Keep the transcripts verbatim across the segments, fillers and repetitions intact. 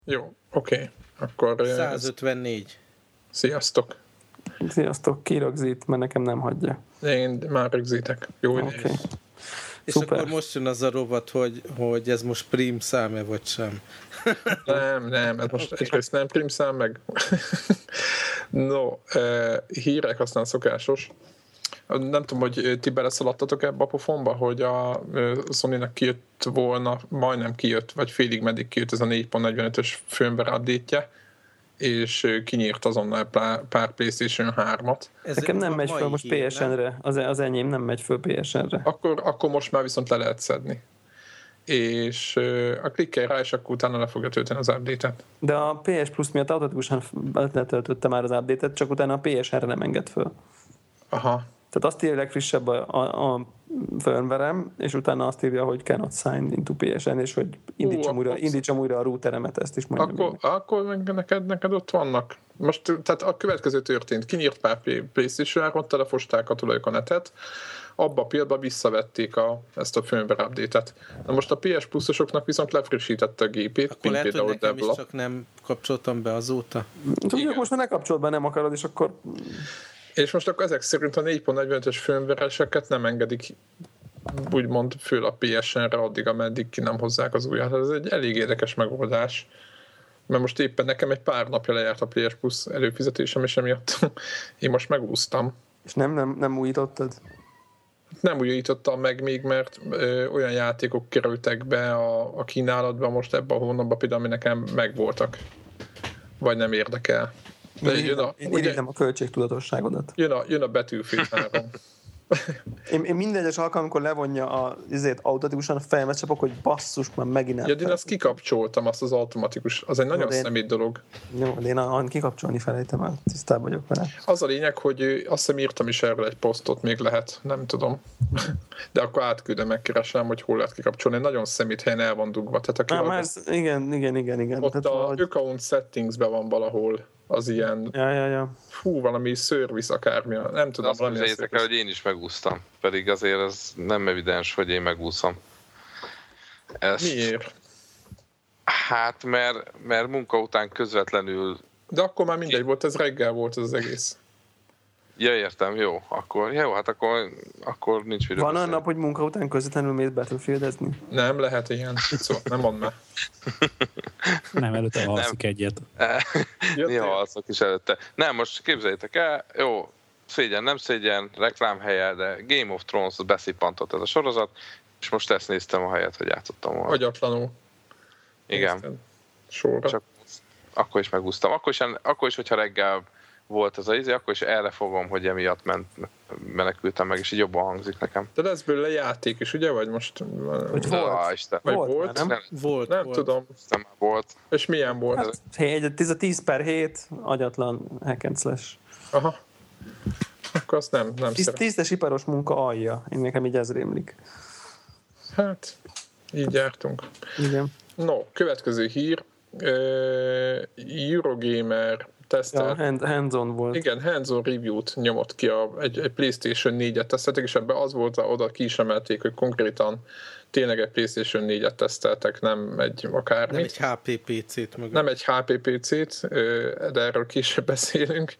Jó, oké. Okay. Akkor... százötvennégy. Sziasztok. Sziasztok, ki rögzít, mert nekem nem hagyja. Én már rögzítek. Jó idő. Okay. És Szuper. Akkor most jön az a rovat, hogy, hogy ez most prim szám-e vagy sem. Nem, nem, ez most egyrészt nem prim szám, meg no, hírek aztán szokásos. Nem tudom, hogy ti beleszaladtatok ebbe a pofonba, hogy a Sony-nak kijött volna, majdnem kijött, vagy félig meddig kijött ez a négy pont negyvenötös firmware update-je, és kinyírt azonnal pár PlayStation hármat. Ez nekem nem megy föl most pé es en-re, az, az enyém nem megy föl pé es en-re. Akkor, akkor most már viszont le lehet szedni. És a klikkelj rá, és akkor utána le fogja tölteni az update-et. De a pé es Plus miatt automatikusan letöltötte már az update-et, csak utána a pé es en-re nem enged föl. Aha. Tehát azt írja legfrissebb a, a, a firmware-em, és utána azt írja, hogy cannot sign into pé es en, és hogy indítsam, uh, újra, indítsam újra a routeremet, ezt is mondja. Akkor, akkor neked, neked ott vannak. Most, tehát a következő történt. Kinyírt pár PlayStation hármat, telefosták a tulajok a netet, abba a pillanatban visszavették a, ezt a firmware update-et. Na most a pé es Plus-osoknak viszont lefrissítette a gépét. Akkor lehet, hogy nekem is csak nem kapcsoltam be azóta. Tudjuk, most már ne kapcsolod be, nem akarod, és akkor... És most akkor ezek szerint a négy pont negyvenötös firmware-eseket nem engedik úgymond föl a pé es en-re addig, ameddig ki nem hozzák az újat. Ez egy elég érdekes megoldás. Mert most éppen nekem egy pár napja lejárt a pé es Plus előfizetésem, és emiatt én most megúsztam. És nem, nem, nem újítottad? Nem újítottam meg még, mert ö, olyan játékok kerültek be a, a kínálatba most ebben a hónapban, például, ami nekem megvoltak. Vagy nem érdekel. De én jön a, én ugye, a költségtudatosságodat. Jön a, jön a Battlefield három. én, én minden egyes alkalomkor levonja a, azért automatikusan a fejemet csapok, hogy basszus, már megint el. Ja, én azt kikapcsoltam, azt az automatikus. Az egy nagyon no, szemét dolog. Jó, de én a, kikapcsolni felejtem el. Tisztában vagyok vele. Az a lényeg, hogy azt hiszem írtam is erről egy posztot, még lehet, nem tudom. De akkor átküldöm, megkeresem, hogy hol lehet kikapcsolni. Nagyon szemét helyen el van dugva. Tehát aki Á, ez, igen, igen, igen, igen. Ott Tehát a valahogy... account settingsben van valahol az ilyen, ja, ja, ja. fú, valami service akármi, nem tudom. Azt mondjátok el, hogy én is megúsztam, pedig azért ez nem evidens, hogy én megúszom. Ezt... Miért? Hát, mert, mert munka után közvetlenül... De akkor már mindegy volt, ez reggel volt ez az egész. Ja, értem, jó. Akkor, jó, hát akkor, akkor nincs videó. Van olyan nap, hogy munka után közvetlenül mész Battlefieldezni? Nem, lehet ilyen. Szóval nem mondd már. Nem, előtte alszik egyet. Néha alszok is előtte. Nem, most képzeljétek el, jó, szégyen, nem szégyen, reklámhelye, de Game of Thrones beszippantott ez a sorozat, és most ezt néztem a helyet, hogy játszottam volna. Agyatlanul. Igen. Sorra. Csak akkor is megúsztam. Akkor is, akkor is, hogyha reggel volt ez a izé, akkor is erre fogom, hogy emiatt ment, menekültem meg, és így jobban hangzik nekem. De lesz belőle játék is, ugye? Vagy most... Hogy volt? Ah, Isten. Vagy volt? volt? Nem, nem, volt, nem volt. tudom. Nem volt. És milyen volt? Hát, ez a tíz per hét agyatlan hack and slash. Aha. Akkor azt nem, nem Tíz, tízes iparos munka alja. Én nekem így ez rémlik. Hát, így jártunk. Igen. No, következő hír. Uh, Eurogamer tesztelt. Ja, hand, hands-on volt. Igen, hands-on review-t nyomott ki, a, egy, egy PlayStation négyet teszteltek, és ebben az volt, oda ki is emelték, hogy konkrétan tényleg egy PlayStation négyet teszteltek, nem egy akármi. Nem egy há pé pé cét mögött. Nem egy há pé pé cét, de erről később beszélünk.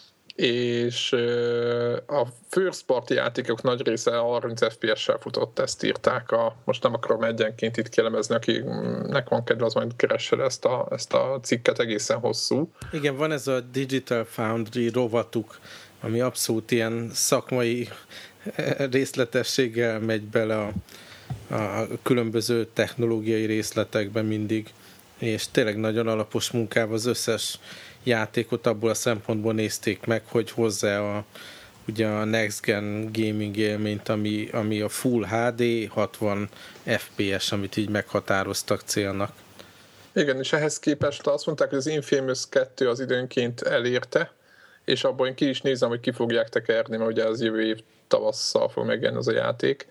És a first party játékok nagy része harminc ef pé es-sel futott, ezt írták. A, most nem akarom egyenként itt kielemezni, akinek van kedve, az majd keresse ezt a, ezt a cikket, egészen hosszú. Igen, van ez a Digital Foundry rovatuk, ami abszolút ilyen szakmai részletességgel megy bele a, a különböző technológiai részletekbe mindig, és tényleg nagyon alapos munkával az összes játékot abból a szempontból nézték meg, hogy hozzá a, ugye a Next Gen gaming élményt, ami, ami a Full há dé hatvan ef pé es, amit így meghatároztak célnak. Igen, és ehhez képest azt mondták, hogy az Infamous kettő az időnként elérte, és abban én ki is nézem, hogy ki fogják tekerni, mert ugye az jövő év tavasszal fog megjelenni az a játék.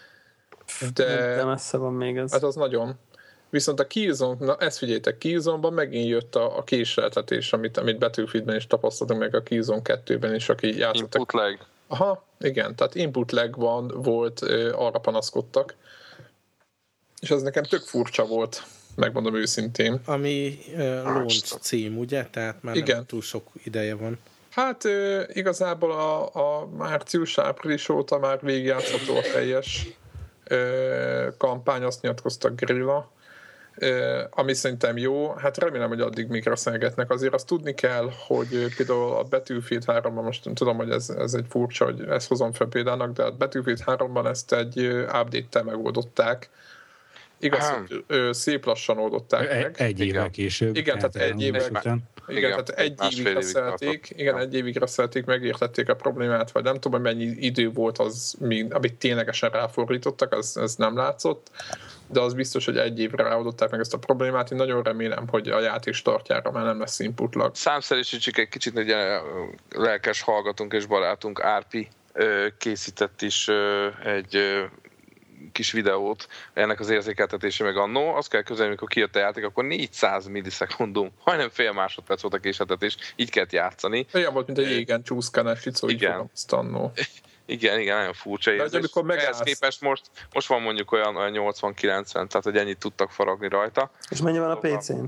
De, de messze van még ez. Hát az nagyon. Viszont a Killzone, na ezt figyeljétek, Killzone-ban megint jött a, a késleltetés, amit, amit Battlefieldben is tapasztaltunk, meg a Killzone kettőben is, aki játszottak. Input lag. Aha, igen, tehát input lag van, volt, arra panaszkodtak. És ez nekem tök furcsa volt. megmondom őszintén. Ami uh, launch cím, ugye? Tehát már igen. nem túl sok ideje van. Hát uh, igazából a, a március-április óta már végigjátszható a teljes uh, kampány, azt nyilatkozta Grilla. Uh, ami szerintem jó, hát remélem, hogy addig még raszelgetnek. Azért azt tudni kell, hogy például a Battlefield háromban, most tudom, hogy ez, ez egy furcsa, hogy ezt hozom fel példának, de a Battlefield háromban ezt egy update-tel megoldották. Igaz, hogy ö, szép lassan oldották e- meg. Egy évvel később. Igen, tehát egy évvel után. Igen, igen, tehát egy évig reszelték, igen, egy évig reszelték, megértették a problémát, vagy nem tudom, mennyi idő volt az, amit ténylegesen ráfordítottak, az, az nem látszott, de az biztos, hogy egy évre ráoldották meg ezt a problémát. Én nagyon remélem, hogy a játék startjára már nem lesz input lag. Számszerűsítsük egy kicsit, hogy lelkes hallgatunk és barátunk Árpi készített is egy kis videót, ennek az érzékeltetése meg annó. Azt kell közölni, amikor kijött a játék, akkor négyszáz millisekundum, majdnem fél másodperc volt a késleltetés, így kellett játszani. Olyan volt, mint egy égen csúszkánás Sicó, így fogom azt annó. Igen, igen, nagyon furcsa érzés. Ehhez képest most, most van mondjuk olyan, olyan nyolcvan-kilencven, tehát hogy ennyit tudtak faragni rajta. És mennyi van a pé cén?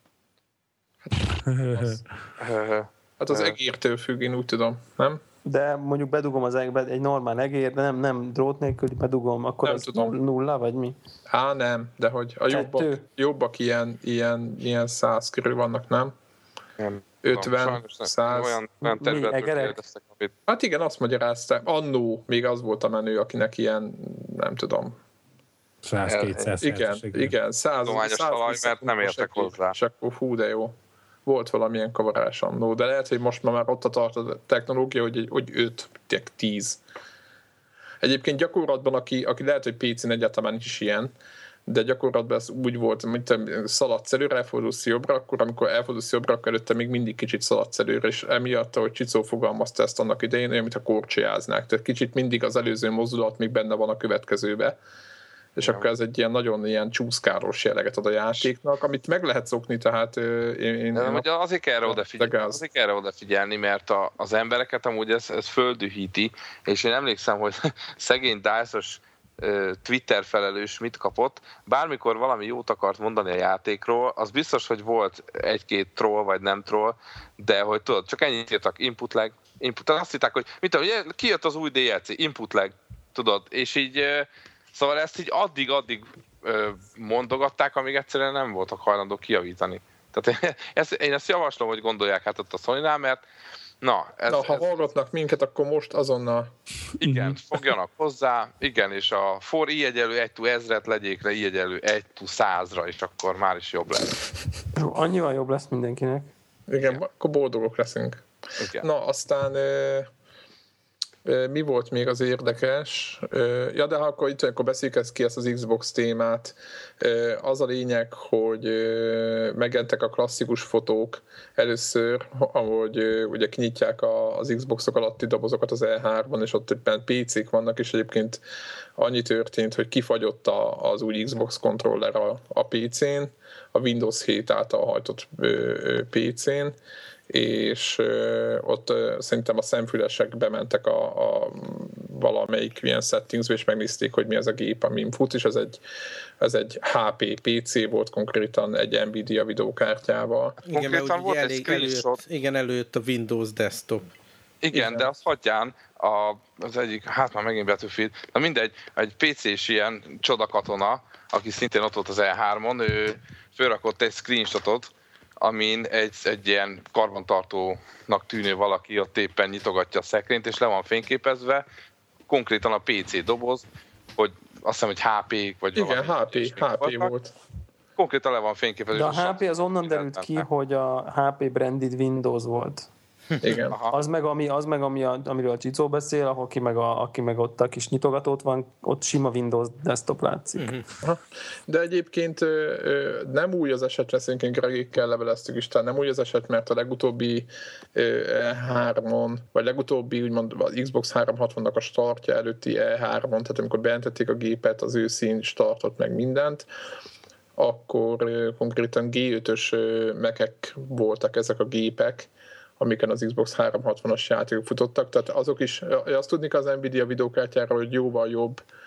Hát az egértől függ, én úgy tudom, nem? De mondjuk bedugom az egbe egy normál egér, de nem, nem drót nélkül bedugom, akkor nem az tudom. nulla, vagy mi? Á, nem, de hogy a jobbak, jobbak ilyen, ilyen, ilyen száz körül vannak, nem? Nem. ötven, száz. Olyan, olyan területről kérdeztek, amit... Hát igen, azt magyarázták. Annó még az volt a menő, akinek ilyen, nem tudom. száz-kétszáz. Igen, igen, száz. Tudományos talaj, mert nem értek hozzá. És akkor fú, de jó. Volt valamilyen kavarás annó, de lehet, hogy most már ott a tart a technológia, hogy, hogy öt, tíz. Egyébként gyakorlatban, aki, aki lehet, hogy pé cén egyáltalán is ilyen, de gyakorlatban ez úgy volt, mint szaladsz előre, elfordulsz jobbra, akkor amikor elfordulsz jobbra, akkor előtte még mindig kicsit szaladsz előre, és emiatt, ahogy Csicó fogalmazta ezt annak idején, olyan, mint a korcsolyáznák. Tehát kicsit mindig az előző mozdulat még benne van a következőbe. És ja. Akkor ez egy ilyen nagyon ilyen csúszkáros jelleget ad a játéknak, amit meg lehet szokni, tehát én... én de nem, azért kell erre odafigyelni, azért kell erre odafigyelni, mert a, az embereket amúgy ez, ez földühíti, és én emlékszem, hogy szegény dájszos Twitter felelős mit kapott, bármikor valami jót akart mondani a játékról, az biztos, hogy volt egy-két troll, vagy nem troll, de hogy tudod, csak ennyit írtak, input lag, input, azt hitták, hogy mit tudom, kijött az új dé el cé, input lag, tudod, és így szóval ezt így addig-addig mondogatták, amíg egyszerűen nem voltak hajlandók kijavítani. Tehát ezt, én ezt javaslom, hogy gondolják hát ott a Sonynál, mert na, ez, na ha ez, hallgatnak minket, akkor most azonnal... Igen, fogjanak hozzá, igen, és a for i egyenlő egy to ezret legyékre, i egyenlő egy to százra, és akkor már is jobb lesz. Annyival jobb lesz mindenkinek. Igen, igen. Akkor boldogok leszünk. Igen. Na, aztán... Mi volt még az érdekes? Ja, de akkor itt akkor beszéljük ki ezt az Xbox témát. Az a lényeg, hogy megjelentek a klasszikus fotók először, ahogy ugye kinyitják az Xboxok alatti dobozokat az E háromban, és ott éppen pé cék vannak, és egyébként annyi történt, hogy kifagyott az új Xbox controller a, a pé cén, a Windows hét által hajtott pé cén, és ö, ott ö, szerintem a szemfülesek bementek a, a valamelyik ilyen settingsbe, és megnézték, hogy mi az a gép, amin fut, és ez egy, ez egy há pé pé cé volt konkrétan egy Nvidia videókártyával. Igen, mert volt elég előtt, igen, előtt a Windows desktop. Igen, igen. De azt hagyján, a, az egyik, hát már megint Battlefield, na mindegy, egy pé cés ilyen csodakatona, aki szintén ott volt az E háromon, ő fölrakott egy screenshotot, amin egy, egy ilyen karbantartónak tűnő valaki ott éppen nyitogatja a szekrényt, és le van fényképezve konkrétan a pé cé doboz, hogy azt hiszem, hogy há pé vagy igen, valami. há pé, há pé volt. Konkrétan le van fényképezve. De a há pé az onnan derült ki, hogy a há pé branded Windows volt. Igen. Az meg, ami, az meg ami a, amiről a Csicó beszél, ahol ki meg a, aki meg ott a kis nyitogatót van, ott sima Windows desktop látszik. Uh-huh. De egyébként nem új az eset, szerintem Gregékkel leveleztük is, tehát nem új az eset, mert a legutóbbi E háromon, vagy legutóbbi úgymond az Xbox háromszázhatvannak a startja előtti E háromon, tehát amikor bejelentették a gépet, az őszín startot meg mindent, akkor konkrétan gé ötös Mac-ek voltak ezek a gépek, amiken az Xbox háromszázhatvanas játékok futottak, tehát azok is, azt tudni az Nvidia videókártyára, hogy jóval jobb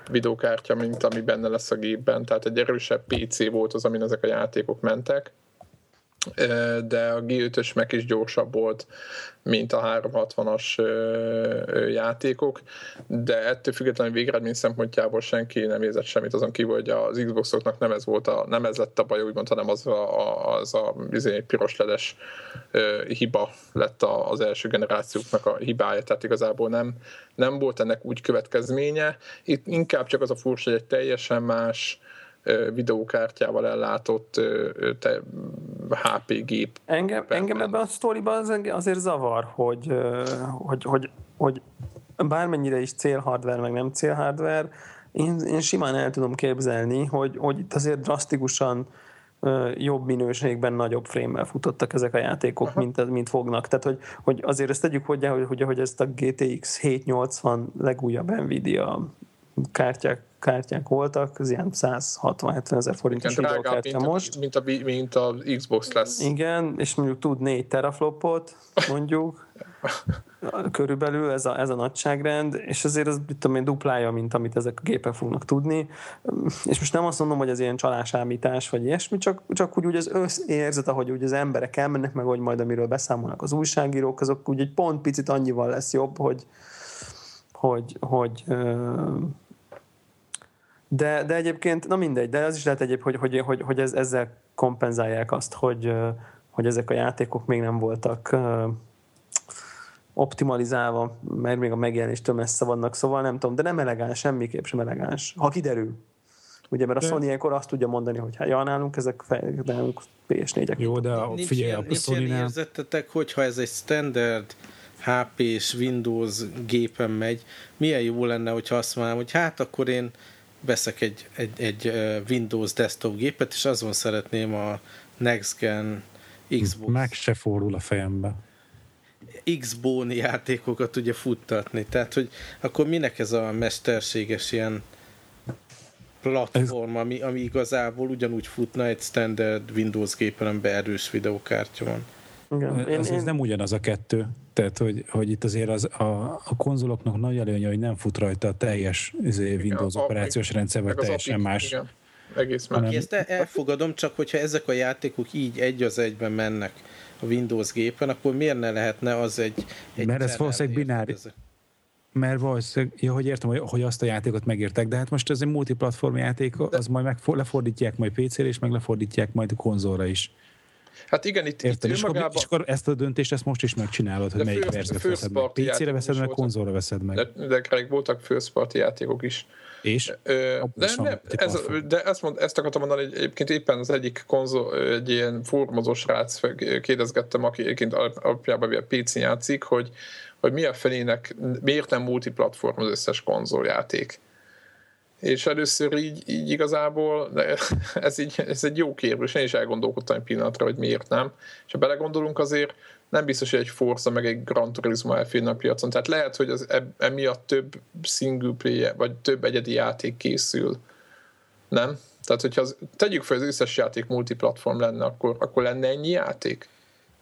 videókártya, mint ami benne lesz a gépben, tehát egy erősebb pé cé volt az, amin ezek a játékok mentek, de a gé ötös Mac is gyorsabb volt, mint a háromszázhatvanas játékok, de ettől függetlenül végeredmény szempontjából senki nem érzett semmit, azon kívül, hogy az Xboxoknak nem ez volt a, nem ez lett a baj, úgymond, hanem az a, az a bizony piros ledes hiba lett az első generációknak a hibája, tehát igazából nem, nem volt ennek úgy következménye. Itt inkább csak az a furcsa, hogy egy teljesen más videókártyával ellátott te, há pé gép. Engem, engem ebben a sztoriban azért zavar, hogy, hogy, hogy, hogy bármennyire is célhardware, meg nem célhardware, én, én simán el tudom képzelni, hogy, hogy itt azért drasztikusan jobb minőségben, nagyobb frame-mel futottak ezek a játékok, mint, mint fognak. Tehát, hogy, hogy azért ezt tegyük hozzá, hogy, hogy, hogy ezt a gé té iksz hétszáznyolcvan legújabb Nvidia kártyák kártyák voltak, az ilyen száz hatvan-hetven ezer forintos videókártya most. Mint a, mint a Xbox lesz. Igen, és mondjuk tud négy teraflopot, mondjuk, körülbelül ez a, ez a nagyságrend, és azért az tudom én, duplája, mint amit ezek a gépek fognak tudni. És most nem azt mondom, hogy ez ilyen csalásámítás, vagy ilyesmi, csak, csak úgy, úgy az összérzet, ahogy úgy az emberek elmennek, meg hogy majd amiről beszámolnak az újságírók, azok úgy egy pont picit annyival lesz jobb, hogy hogy, hogy De, de egyébként, na mindegy, de az is lehet egyéb, hogy, hogy, hogy, hogy ez, ezzel kompenzálják azt, hogy, hogy ezek a játékok még nem voltak optimalizálva, mert még a megjelenéstől messze vannak, szóval nem tudom, de nem elegáns, semmiképp sem elegáns, ha kiderül. Ugye, mert a Sony ilyenkor azt tudja mondani, hogy hát ja, nálunk ezek fel, nálunk pé es négyek. Jó, de a, figyelj, a Sony-nál... Nincs érzettetek, hogyha ez egy standard há pés Windows gépen megy, milyen jó lenne, hogyha azt mondanám, hogy hát akkor én veszek egy, egy, egy Windows desktop gépet, és azon szeretném a Next Gen Xbox. Meg se fordul a fejembe. Xbone játékokat ugye futtatni. Tehát, hogy akkor minek ez a mesterséges ilyen platform, ami, ami igazából ugyanúgy futna egy standard Windows gépen, amiben erős videókártya van. Igen. Én, ez, ez én... nem ugyanaz a kettő. Tehát, hogy, hogy itt azért az, a, a konzoloknak nagy előnye, hogy nem fut rajta a teljes Windows igen, a, operációs rendszer, vagy teljesen apik, más. Igen. Egész más. Hanem... Ezt elfogadom, csak hogyha ezek a játékok így egy az egyben mennek a Windows gépen, akkor miért ne lehetne az egy... egy Mert ez valószínűleg binári. Mert valószínűleg, ja, hogy értem, hogy, hogy azt a játékot megértek, de hát most ez egy multiplatform játék, de... az majd meg lefordítják majd pé cére, és meg lefordítják majd a konzolra is. Hát igen, itt, itt és, magában... és akkor ezt a döntést ezt most is megcsinálod, hogy melyik verziót veszed meg. pé cére veszed meg, konzolra veszed meg. De, de Greg, voltak first party játékok is. És? Ö, de ne, ez, de ezt, mond, ezt akartam mondani, hogy egyébként éppen az egyik konzol, egy ilyen fórumozó srác kérdezgettem, aki egyébként alapjában a pé cé játszik, hogy, hogy mi a felének, miért nem multiplatform az összes konzoljáték. És először így, így igazából, de ez, így, ez egy jó kérdés, én is elgondolkodtam egy pillanatra, hogy miért nem. És ha belegondolunk azért, nem biztos, hogy egy Forza meg egy Gran Turismo elférne a piacon. Tehát lehet, hogy az emiatt több single player, vagy több egyedi játék készül. Nem? Tehát, hogyha az, tegyük fel, az összes játék multiplatform lenne, akkor, akkor lenne ennyi játék?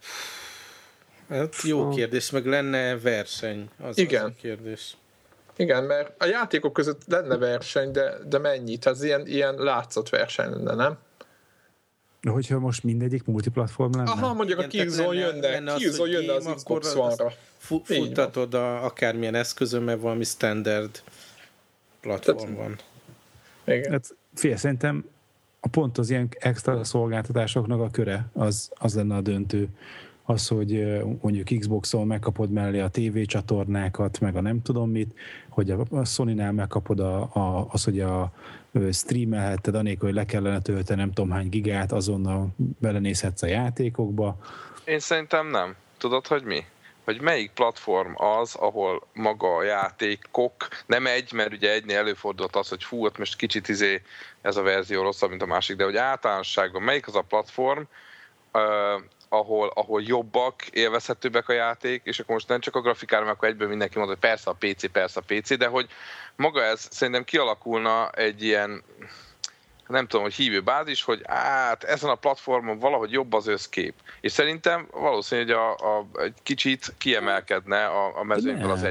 Hát jó kérdés, meg lenne verseny. Az, igen. Az a kérdés. Igen, mert a játékok között lenne verseny, de, de mennyi? Tehát ez ilyen, ilyen látszatverseny lenne, nem? Hogyha most mindegyik multiplatform lenne? Aha, mondjuk igen, a Killzone jönne, Killzone jönne az Xbox One-ra. Futtatod a, akármilyen eszközön, mert valami standard platform tehát, van. Igen. Hát, figyelj, szerintem a pont az ilyen extra szolgáltatásoknak a köre, az, az lenne a döntő. Az, hogy mondjuk Xboxon megkapod mellé a tévécsatornákat, meg a nem tudom mit, hogy a Sony-nál megkapod a, a, az, hogy a streamelhetted, anélkül, hogy le kellene tölteni nem tudom hány gigát, azonnal belenézhetsz a játékokba. Én szerintem nem. Tudod, hogy mi? Hogy melyik platform az, ahol maga a játékok, nem egy, mert ugye egynél előfordult az, hogy fú, ott most kicsit izé ez a verzió rosszabb, mint a másik, de hogy általánosságban melyik az a platform, uh, ahol, ahol jobbak, élvezhetőbbek a játék, és akkor most nem csak a grafikára, mert akkor egyből mindenki mondja, hogy persze a pé cé, persze a pé cé, de hogy maga ez szerintem kialakulna egy ilyen, nem tudom, hogy hívő bázis, hogy hát ezen a platformon valahogy jobb az összkép. És szerintem valószínű, hogy a, a, egy kicsit kiemelkedne a, a mezőnyből az egyik.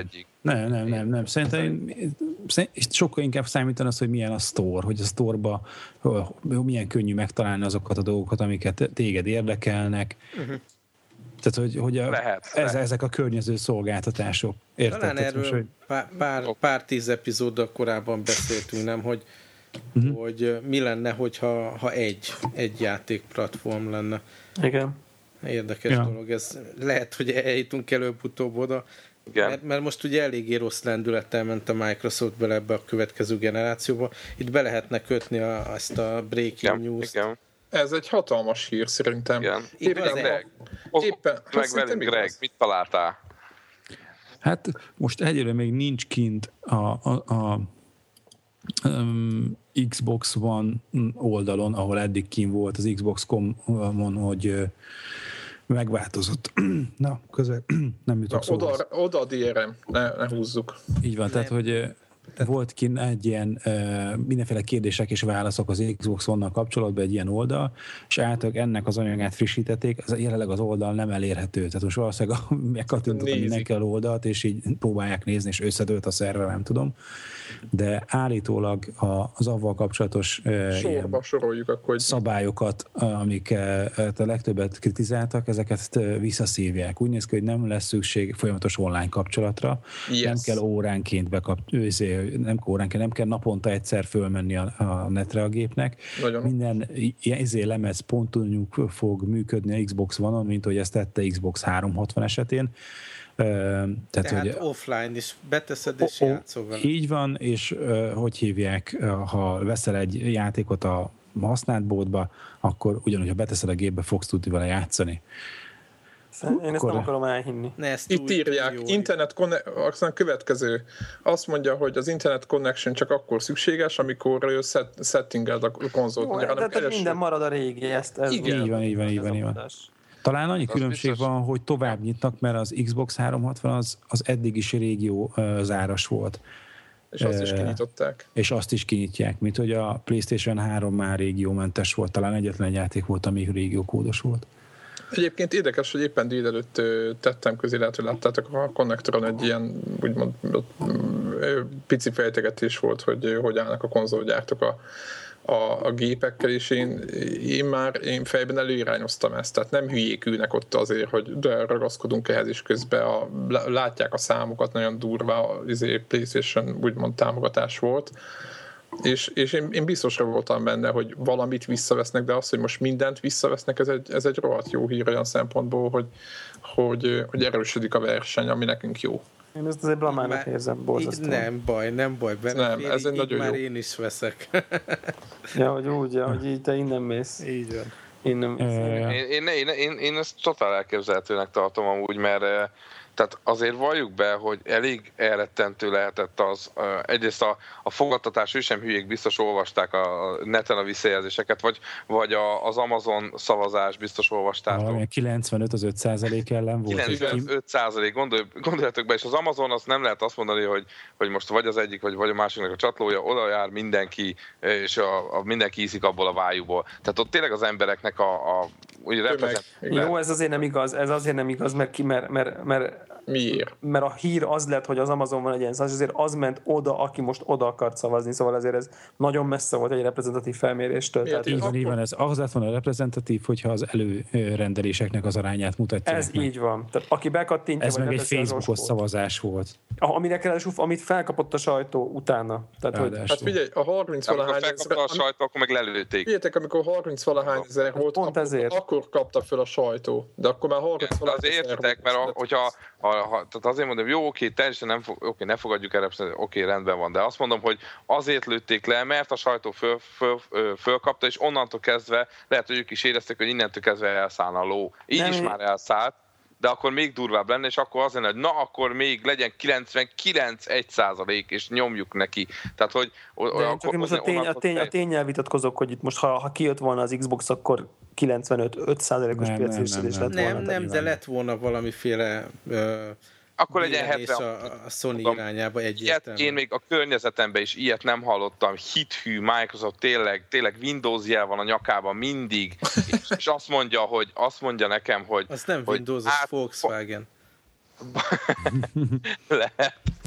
Nem, nem, nem, nem. Szerintem sokkal inkább számítana az, hogy milyen a store, hogy a store-ba milyen könnyű megtalálni azokat a dolgokat, amiket téged érdekelnek. Uh-huh. Tehát, hogy, hogy a, lehet, ez, lehet. ezek a környező szolgáltatások. Érted? Talán Tehát erről most, hogy... pár, pár, pár tíz epizóddal korábban beszéltünk, nem, hogy, uh-huh. hogy mi lenne, hogyha ha egy, egy játékplatform lenne. Igen. Érdekes ja. dolog. Ez lehet, hogy eljutunk előbb-utóbb oda. Mert, mert most ugye eléggé rossz lendülettel ment a Microsoft bele ebbe a következő generációba. Itt be lehetne kötni a, ezt a breaking news-t. Igen. Ez egy hatalmas hír szerintem. Igen. Éppen, Greg, éppen, meg velünk, Greg, mit találtál? Hát most egyre még nincs kint a, a, a um, Xbox One oldalon, ahol eddig kint volt az Xbox pont com-on, hogy uh, megváltozott. Na, közben nem jutok szóval. Oda, oda a dé er em, ne, ne húzzuk. Így van, nem. Tehát, hogy uh, volt kint egy ilyen uh, mindenféle kérdések és válaszok az Xbox One-nal kapcsolatban, egy ilyen oldal, és általában ennek az anyagát frissítették, az, jelenleg az oldal nem elérhető. Tehát most valószínűleg megkattintottam mindenki az oldalt, és így próbálják nézni, és összedőlt a szerver, nem tudom. De állítólag az avval kapcsolatos uh, sorba soroljuk akkor, szabályokat, amiket a legtöbbet kritizáltak, ezeket visszaszívják. Úgy néz ki, hogy nem lesz szükség folyamatos online kapcsolatra, yes. nem kell óránként bekap, nem kell óránként, nem kell naponta egyszer fölmenni a, a netre a gépnek. Nagyon. Minden ezért lemez pontonjuk fog működni a Xbox One-on, mint hogy ezt tette Xbox háromszázhatvan esetén. Tehát, Tehát hogy offline is beteszed és oh, játszol vele. Így van, és uh, hogy hívják, ha veszel egy játékot a használt boltba, akkor ugyanúgy, ha beteszed a gépbe, fogsz tudni vele játszani. Én ezt nem akarom elhinni. Ne, itt írják, jó, internet conne- aztán következő. Azt mondja, hogy az internet connection csak akkor szükséges, amikor set- settingeld a konzolt. Jó, tehát első... minden marad a régi. Ezt, ez Igen, így van, így van, így van. Így van. Talán annyi az különbség biztos... van, hogy tovább nyitnak, mert az Xbox háromszázhatvan az, az eddig is régió uh, záras volt. És azt is kinyitották. És azt is kinyitják, mint hogy a PlayStation három már régiómentes volt, talán egyetlen egy játék volt, ami régiókódos volt. Egyébként érdekes, hogy éppen délelőtt tettem közé, lehet, hogy láttátok a konnektoron egy ilyen úgymond pici fejtegetés volt, hogy hogy állnak a konzolgyártók a A, a gépekkel, és én, én már én fejben előirányoztam ezt, tehát nem hülyék ülnek ott azért, hogy de ragaszkodunk ehhez is közben, a, látják a számokat, nagyon durva a PlayStation úgymond támogatás volt, és, és én, én biztosra voltam benne, hogy valamit visszavesznek, de az, hogy most mindent visszavesznek, ez egy, ez egy rohadt jó hír olyan szempontból, hogy, hogy, hogy erősödik a verseny, ami nekünk jó. Én ezt azért blamának érzem, borzasztóan. Nem baj, nem baj. Nem, ez egy nagyon már jó. én is veszek. Ja, hogy úgy, ja, hogy így te innen mész. Így van. Innen mész. Én, én, én, én, én ezt totál elképzelhetőnek tartom amúgy, mert tehát azért valljuk be, hogy elég elrettentő lehetett az. Egyrészt a, a fogadtatás, ő sem hülyék, biztos olvasták a neten a visszajelzéseket, vagy, vagy a, az Amazon szavazás biztos olvastátok. Ah, kilencvenöt az öt százalék ellen volt. kilencvenöt százalék, Gondol, gondoljatok be, és az Amazon azt nem lehet azt mondani, hogy, hogy most vagy az egyik, vagy, vagy a másiknak a csatlója, oda jár mindenki, és a, a mindenki iszik abból a vájúból. Tehát ott tényleg az embereknek a, a úgy reprezent... Jó, ez azért nem igaz, ez azért nem igaz, mert, ki, mert, mert, mert Miért? Mert a hír az lett, hogy az Amazon van egy ilyen szavazás, azért az ment oda, aki most oda akart szavazni, szóval azért ez nagyon messze volt egy reprezentatív felméréstől. Tehát így van, így van, ez az lett volna reprezentatív, hogyha az előrendeléseknek az arányát mutatja. Ez meg. Így van. Tehát aki bekattintja, ez meg egy Facebookos szavazás volt. Amire keresül, amit felkapott a sajtó utána. Tehát, hogy... Hát figyelj, a harminc-valahány ezer... a sajtó, akkor meg lelőtték. Figyeljetek, amikor harminc-valahány ezer volt, pont ezért. Akkor kapta fel a sajtó. De akkor már harminc-valahány ezer volt. Értitek, mert a, hogyha a, ha, tehát azért mondom, jó, oké, teljesen nem fog, oké, ne fogadjuk el, oké, rendben van, de azt mondom, hogy azért lőtték le, mert a sajtó föl, föl, föl, fölkapta, és onnantól kezdve lehet, hogy ők is érezték, hogy innentől kezdve elszállna a ló. Így nem, is már elszállt, de akkor még durvább lenne, és akkor az lenne, hogy na, akkor még legyen kilencvenkilenc egy százalék, és nyomjuk neki. Tehát, hogy... De csak most a, tény, a, tény, a tényel vitatkozok, hogy itt most, ha, ha kijött volna az Xbox, akkor kilencvenöt százalékos piacérésés lett volna. Nem, nem, de lett volna valamiféle... Uh, akkor legyen hetven. A, a Sony irányába egyértelmű. Én még a környezetemben is ilyet nem hallottam. Hithű Microsoft, tényleg, tényleg Windows jel van a nyakában mindig, és, és azt mondja, hogy azt mondja nekem, hogy... Az nem hogy Windows, az át... Volkswagen. Lehet.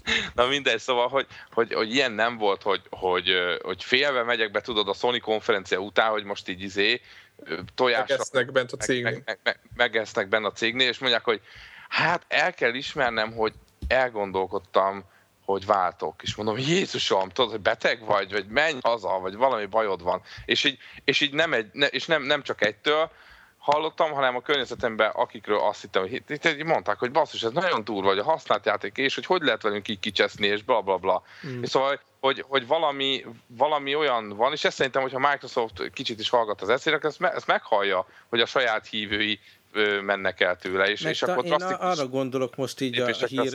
Na mindegy, szóval, hogy, hogy, hogy ilyen nem volt, hogy, hogy, hogy félve megyek be, tudod, a Sony konferencia után, hogy most így izé tojásra... Megesznek bent a cégnél. Meg, meg, meg, megesznek bent a cégnél, és mondják, hogy hát el kell ismernem, hogy elgondolkodtam, hogy váltok, és mondom, Jézusom, tudod, hogy beteg vagy, vagy menj haza, vagy valami bajod van. És így, és így nem, egy, ne, és nem, nem csak egytől hallottam, hanem a környezetemben, akikről azt hittem, hogy itt mondták, hogy basszus, ez nagyon durva, vagy a használt játék, és hogy hogy lehet velünk így kicseszni, és bla bla bla. Mm. És szóval, hogy, hogy valami, valami olyan van, és ezt szerintem, hogyha Microsoft kicsit is hallgat az eszének, ezt, me, ezt meghallja, hogy a saját hívői ö, mennek el tőle, és, és ta, akkor én arra gondolok most így a, a hír...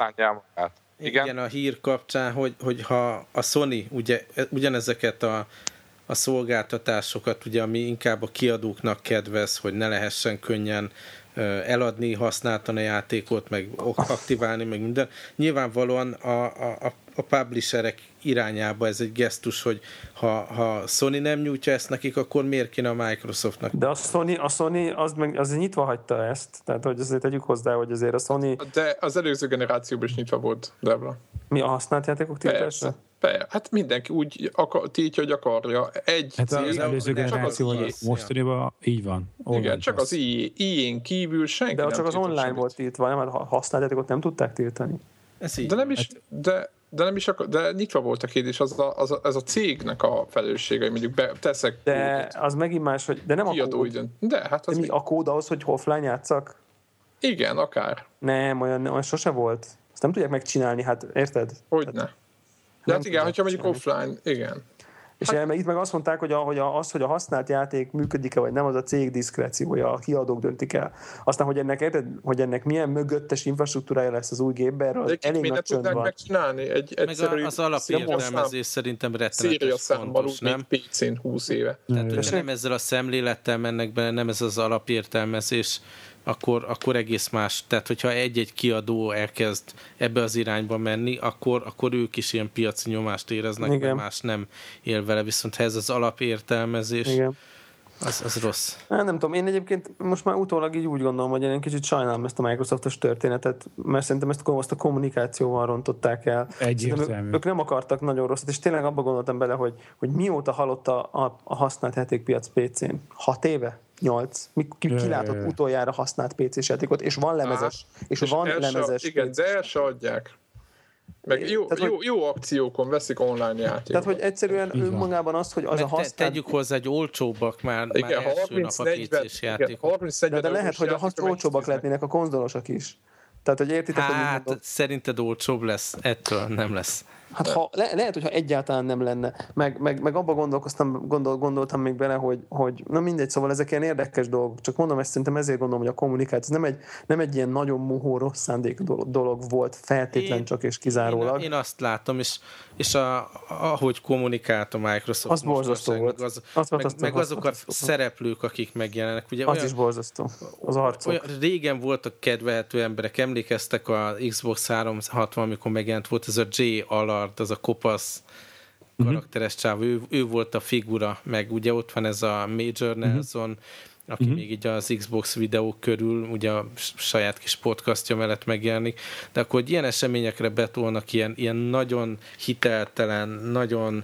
Igen? Igen, a hír kapcsán, hogy, hogy ha a Sony ugye, ugyanezeket a, a szolgáltatásokat, ugye, ami inkább a kiadóknak kedvez, hogy ne lehessen könnyen eladni, használtan a játékot, meg aktiválni, meg minden. Nyilvánvalóan a, a, a publisherek irányába ez egy gesztus, hogy ha, ha Sony nem nyújtja ezt nekik, akkor miért kéne a Microsoftnak? De a Sony, a Sony az meg, azért nyitva hagyta ezt, tehát hogy azért tegyük hozzá, hogy azért a Sony... De az előző generációban is nyitva volt, Debla. Mi a használt játékok tiltása? Persze. Hát mindenki úgy akar, tiltja, hogy akarja. Egy hát az cég, előző generációval mostaniban így van. Igen, csak az i á-n kívül senki de nem csak az online semmit. volt tiltva, nem? Hát használt játékot nem tudták tiltani. Ez így. De nem is, de, de nem is akar, de nyitva volt a kérdés, az a, az a, ez a cégnek a felelőssége, hogy mondjuk be, teszek de kódot. Az megint más, hogy de nem a kód. Időn. De hát az de mi, a kód ahhoz, hogy offline játszak? Igen, akár. Nem, olyan, olyan sose volt. Ezt nem tudják megcsinálni, hát érted? Hogyne. Hát, de hát igen, hogyha mondjuk offline, igen. És hát, itt meg azt mondták, hogy, a, hogy a, az, hogy a használt játék működik-e, vagy nem, az a cég diszkreciója, a kiadók döntik el. Aztán, hogy ennek, érted, hogy ennek milyen mögöttes infrastruktúrája lesz az új gépben, erről az elég nagy csönd van. Megcsinálni egy egyszerű... Meg az alapértelmezés szerintem rettenetes fontos, nem? pé cén húsz éve. Tehát, hogyha nem ezzel a szemlélettel mennek bele, nem ez az alapértelmezés, akkor, akkor egész más. Tehát, hogyha egy-egy kiadó elkezd ebbe az irányba menni, akkor, akkor ők is ilyen piaci nyomást éreznek, igen. mert más nem él vele. Viszont ha ez az alapértelmezés, igen. Az, az rossz. Hát nem tudom, én egyébként most már utólag így úgy gondolom, hogy én kicsit sajnálom ezt a Microsoftos történetet, mert szerintem ezt, ezt a kommunikációval rontották el. Egyértelmű. Ők nem akartak nagyon rosszat, és tényleg abba gondoltam bele, hogy, hogy mióta halott a, a, a használt játékpiac pé cén? Hat éve? Nyolc? Mi, ki, ki látott utoljára használt pé cés játékot, és van lemezes. Á, és, és van lemezes. Igen, de el se adják. Meg jó, tehát, jó, jó akciókon veszik online játékot. Tehát, hogy egyszerűen önmagában az, hogy az meg a használt... Tegyük hozzá, egy olcsóbbak már, igen, már első nap a pé cés játékok. De, de lehet, hogy a hasz olcsóbbak lehetnének a konzolosak is. Tehát, hogy értitek, hát, hogy szerinted olcsóbb lesz? Ettől nem lesz. Hát ha, le, lehet, hogyha egyáltalán nem lenne. Meg, meg, meg abba gondolkoztam, gondol, gondoltam még bele, hogy, hogy na mindegy, szóval ezek ilyen érdekes dolgok. Csak mondom, ezt szerintem ezért gondolom, hogy a kommunikáció, ez nem egy, nem egy ilyen nagyon mohó, rossz szándék dolog volt feltétlen én, csak és kizárólag. Én, én azt látom, és, és a, ahogy kommunikált a Microsoft. Az borzasztó volt. Az, az meg, azt meg azt azok azt a azt szereplők, akik megjelennek. Ugye az olyan, is borzasztó. Az arcok. Olyan, régen voltak kedvelhető emberek, emlékeztek a Xbox háromszázhatvan, amikor megjelent volt ez a J. Allard, az a kopasz karakteres csáv, ő, ő volt a figura, meg ugye ott van ez a Major Nelson, uh-huh. aki uh-huh. még így az Xbox videók körül, ugye a saját kis podcastja mellett megjelenik, de akkor hogy ilyen eseményekre betolnak ilyen, ilyen nagyon hiteltelen, nagyon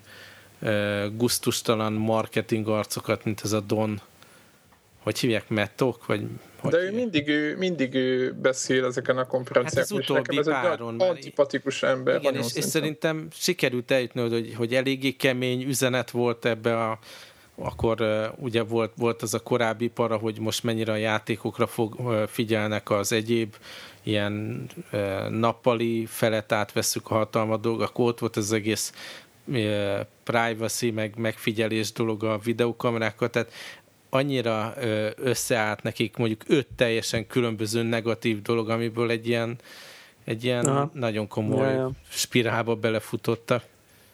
uh, gusztustalan marketing arcokat, mint ez a Don, hogy hívják, Mattok, vagy de ő mindig, ő mindig ő beszél ezeken a konferenciákon, hát az utóbbi ez páron egy antipatikus ember. Igen, és, és szerintem sikerült eljutni, hogy, hogy eléggé kemény üzenet volt ebbe a akkor uh, ugye volt, volt az a korábbi para, hogy most mennyire a játékokra fog, uh, figyelnek az egyéb ilyen uh, nappali felet átvesszük a hatalmat dolgok, akkor ott volt az egész uh, privacy, meg megfigyelés dolog a videókamerákkal, tehát annyira összeállt nekik mondjuk öt teljesen különböző negatív dolog, amiből egy ilyen, egy ilyen Aha. nagyon komoly ja, ja. spirálba belefutottak.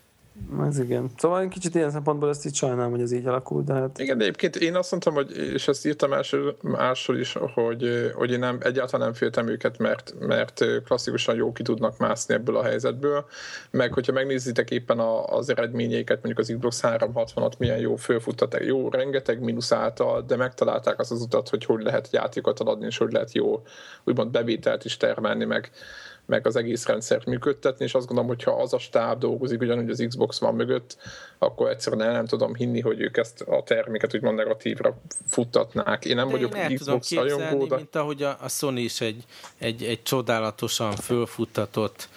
Ez igen. Szóval egy kicsit ilyen szempontból ezt így sajnálom, hogy ez így alakult, de hát... Igen, de egyébként én azt mondtam, hogy, és ezt írtam máshol is, hogy, hogy én nem, egyáltalán nem féltem őket, mert, mert klasszikusan jó ki tudnak mászni ebből a helyzetből, meg hogyha megnézitek éppen az eredményeiket, mondjuk az Xbox háromszázhatvanat milyen jó fölfuttatták, jó, rengeteg mínusz által, de megtalálták azt az utat, hogy hogy lehet játékot adni, és hogy lehet jó, úgymond bevételt is termelni, meg meg az egész rendszert működtetni, és azt gondolom, hogy ha az a stáb dolgozik, ugyanúgy az Xbox van mögött, akkor egyszerűen nem tudom hinni, hogy ők ezt a terméket úgymond negatívra futtatnák. Én nem de vagyok én Xbox rajongó, de... mint ahogy a, a Sony is egy, egy, egy csodálatosan fölfuttatott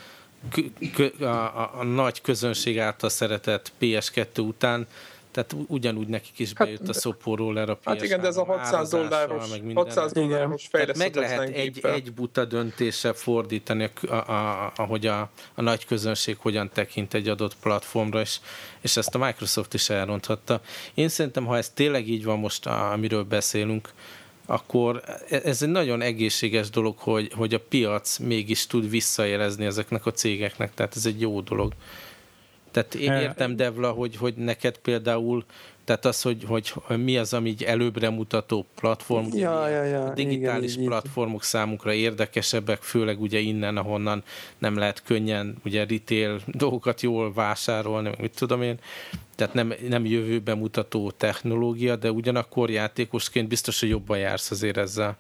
a, a, a nagy közönség által szeretett pé es kettő után, tehát ugyanúgy nekik is bejött hát, a szoporról erre a pé es Hát igen, de ez a hatszáz dolláros, hatszáz dolláros meg lehet egy, egy buta döntéssel fordítani, a, a, a, ahogy a, a nagy közönség hogyan tekint egy adott platformra, és, és ezt a Microsoft is elronthatta. Én szerintem, ha ez tényleg így van most, amiről beszélünk, akkor ez egy nagyon egészséges dolog, hogy, hogy a piac mégis tud visszajelezni ezeknek a cégeknek, tehát ez egy jó dolog. Tehát én értem, Devla, hogy, hogy neked például, tehát az, hogy, hogy mi az, ami így előbbre mutató platform, ja, ja, ja, a digitális igen, platformok számunkra érdekesebbek, főleg ugye innen, ahonnan nem lehet könnyen ugye retail dolgokat jól vásárolni, mit tudom én, tehát nem, nem jövőbe mutató technológia, de ugyanakkor játékosként biztos, hogy jobban jársz azért ezzel.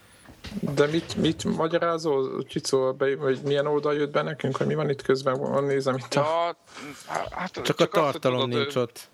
De mit, mit magyarázol, Csicó, hogy milyen oldal jött be nekünk, hogy mi van itt közben, nézem itt a... Ja, hát, csak, csak a tartalom azt, nincs ott.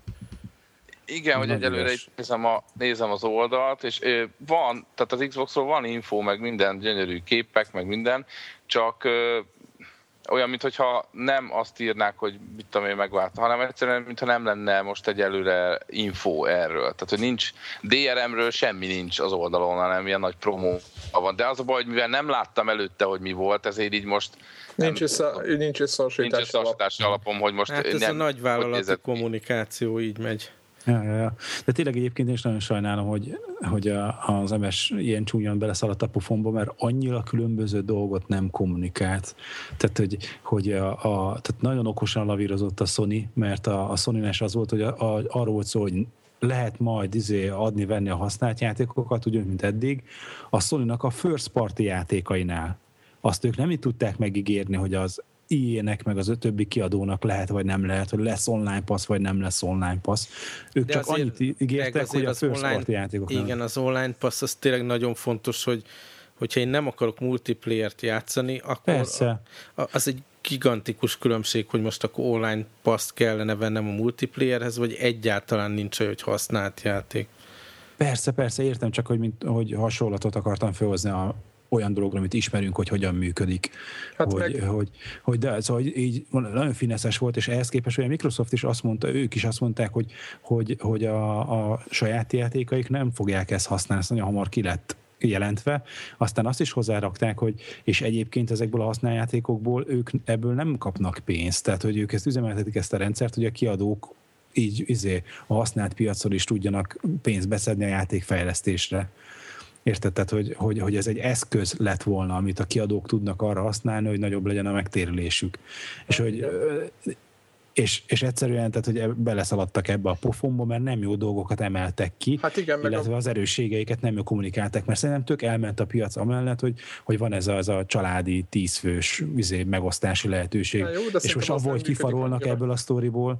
Igen, hogy egyelőre itt nézem, a, nézem az oldalt, és van, tehát az Xboxról van info, meg minden, gyönyörű képek, meg minden, csak ö, olyan, mintha nem azt írnák, hogy mit tudom én megváltam, hanem egyszerűen, mintha nem lenne most egyelőre info erről. Tehát, hogy nincs dé er em-ről semmi nincs az oldalon, hanem ilyen nagy promó van. De az a baj, hogy mivel nem láttam előtte, hogy mi volt, ezért így most Nincs, össze, nincs összehasonlítási alap. alapom, hogy most... Hát ez nem, a nagyvállalati kommunikáció így megy. Ja, ja, ja. De tényleg egyébként én is nagyon sajnálom, hogy, hogy a, az em es ilyen csúnyan beleszaladt a pofonba, mert annyira különböző dolgot nem kommunikált. Tehát, hogy, hogy a, a, tehát nagyon okosan lavírozott a Sony, mert a, a Sony-nes az volt, hogy a, a, arról volt szó, hogy lehet majd izé adni-venni a használt játékokat, ugyanúgy, mint eddig. A Sony-nak a first party játékainál azt ők nem így tudták megígérni, hogy az í á-nek meg az többi kiadónak lehet, vagy nem lehet, hogy lesz online pass, vagy nem lesz online pass. Ők de csak annyit ígértek, hogy a first party játékoknál. Igen, az online pass az tényleg nagyon fontos, hogy hogyha én nem akarok multiplayer-t játszani, akkor a, az egy gigantikus különbség, hogy most akkor online passt kellene vennem a multiplayerhez, vagy egyáltalán nincs olyan, hogy használt játék. Persze, persze, értem, csak hogy, mint, hogy hasonlatot akartam felhozni a olyan dologra, amit ismerünk, hogy hogyan működik. Hát hogy, meg... hogy, hogy de szóval így nagyon fineszes volt, és ehhez képest, hogy a Microsoft is azt mondta, ők is azt mondták, hogy, hogy, hogy a, a saját játékaik nem fogják ezt használni, ezt nagyon hamar ki lett jelentve. Aztán azt is hozzárakták, hogy és egyébként ezekből a használjátékokból ők ebből nem kapnak pénzt. Tehát, hogy ők ezt üzemeltetik, ezt a rendszert, hogy a kiadók így izé, a használt piacon is tudjanak pénzt beszedni a játékfejlesztésre. Érted? Tehát, hogy, hogy, hogy ez egy eszköz lett volna, amit a kiadók tudnak arra használni, hogy nagyobb legyen a megtérülésük. És, hogy, és, és egyszerűen, tehát, hogy beleszaladtak ebbe a pofonba, mert nem jó dolgokat emeltek ki, hát igen, illetve a... az erősségeiket nem jó kommunikálták, mert szerintem tök elment a piac amellett, hogy, hogy van ez a, az a családi tízfős izé, megosztási lehetőség. Jó, és most avval, hogy kifarolnak ebből a sztoriból,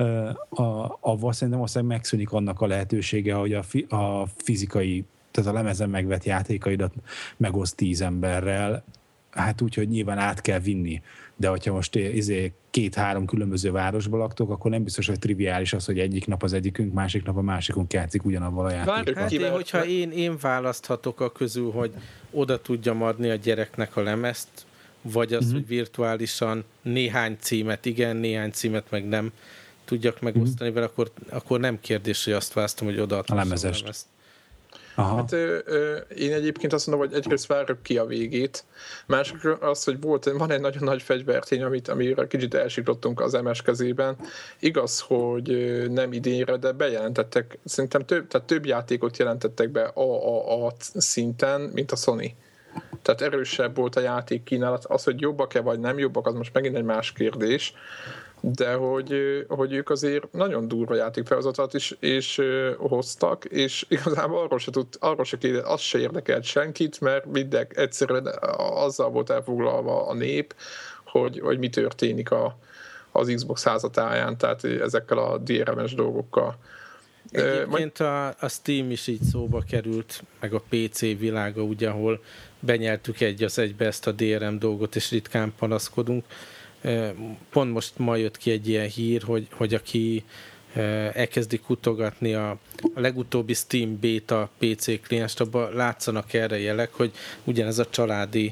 avval szerintem aztán megszűnik annak a lehetősége, hogy a, fi, a fizikai, tehát a lemezen megvett játékaidat megoszt tíz emberrel, hát úgy, hogy nyilván át kell vinni. De hogyha most izé, két-három különböző városban laktok, akkor nem biztos, hogy triviális az, hogy egyik nap az egyikünk, másik nap a másikunk játszik ugyanabban a játékban. Hát én, hogyha én, én választhatok a közül, hogy oda tudjam adni a gyereknek a lemezt, vagy az, mm-hmm. hogy virtuálisan néhány címet, igen, néhány címet meg nem tudjak megosztani mm-hmm. vele, akkor, akkor nem kérdés, hogy azt választom, hogy odaadom a lemezest. lemezt. Aha. Hát ö, ö, én egyébként azt mondom, hogy egyrészt várok ki a végét, másik az, hogy volt, van egy nagyon nagy fegyvertény, amit, amire kicsit elsiklottunk az em es kezében. Igaz, hogy nem idénre, de bejelentettek, szerintem több, tehát több játékot jelentettek be á á á szinten, mint a Sony. Tehát erősebb volt a játék kínálat. Az, hogy jobbak-e vagy nem jobbak, az most megint egy más kérdés. De hogy, hogy ők azért nagyon durva játékfelhozatot is és, és hoztak, és igazából arról se, tud, arról se kérdez, az se érdekelt senkit, mert minden egyszerűen azzal volt elfoglalva a nép, hogy, hogy mi történik a, az Xbox házatáján, tehát ezekkel a dé er em es dolgokkal. Egyébként a, a Steam is így szóba került, meg a pé cé világa, ugye, ahol benyeltük egy az egybe ezt a dé er em dolgot, és ritkán panaszkodunk. Pont most ma jött ki egy ilyen hír, hogy, hogy aki elkezdi kutogatni a, a legutóbbi Steam Beta pé cé klienst, abban látszanak erre jelek, hogy ugyanez a családi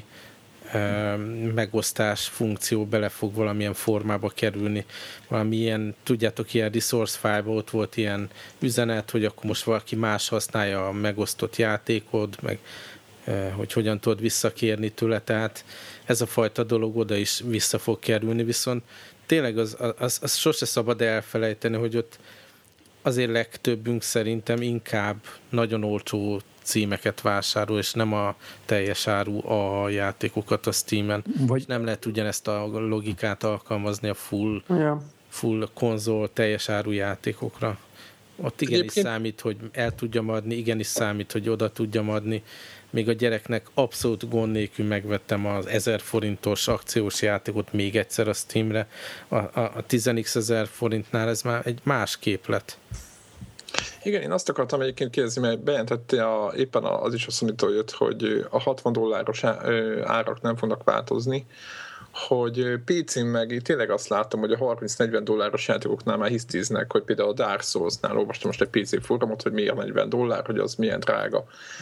megosztás funkció bele fog valamilyen formába kerülni. Valamilyen, tudjátok, ilyen resource file-ba ott volt ilyen üzenet, hogy akkor most valaki más használja a megosztott játékod, meg hogy hogyan tudod visszakérni tőle, tehát ez a fajta dolog oda is vissza fog kerülni, viszont tényleg az, az, az sose szabad elfelejteni, hogy ott azért legtöbbünk szerintem inkább nagyon olcsó címeket vásárol, és nem a teljes áru a játékokat a Steamen. Vagy nem lehet ugyanezt a logikát alkalmazni a full, ja. full konzol teljes áru játékokra. Ott igenis Egyébként... számít, hogy el tudjam adni, igenis számít, hogy oda tudjam adni. Még a gyereknek abszolút gond nélkül megvettem az ezer forintos akciós játékot még egyszer a Steamre. A, a, a tíz ezer forintnál ez már egy más képlet. Igen, én azt akartam egyébként kérdezni, mert bejelentette a, éppen az is a Sony-tól jött, hogy a hatvan dolláros árak nem fognak változni, hogy pé cén meg tényleg azt látom, hogy a harminc-negyven dolláros játékoknál már hisztiznek, hogy például a Dark Souls-nál olvastam most egy pé cé fórumot, hogy miért negyven dollár, hogy az milyen drága.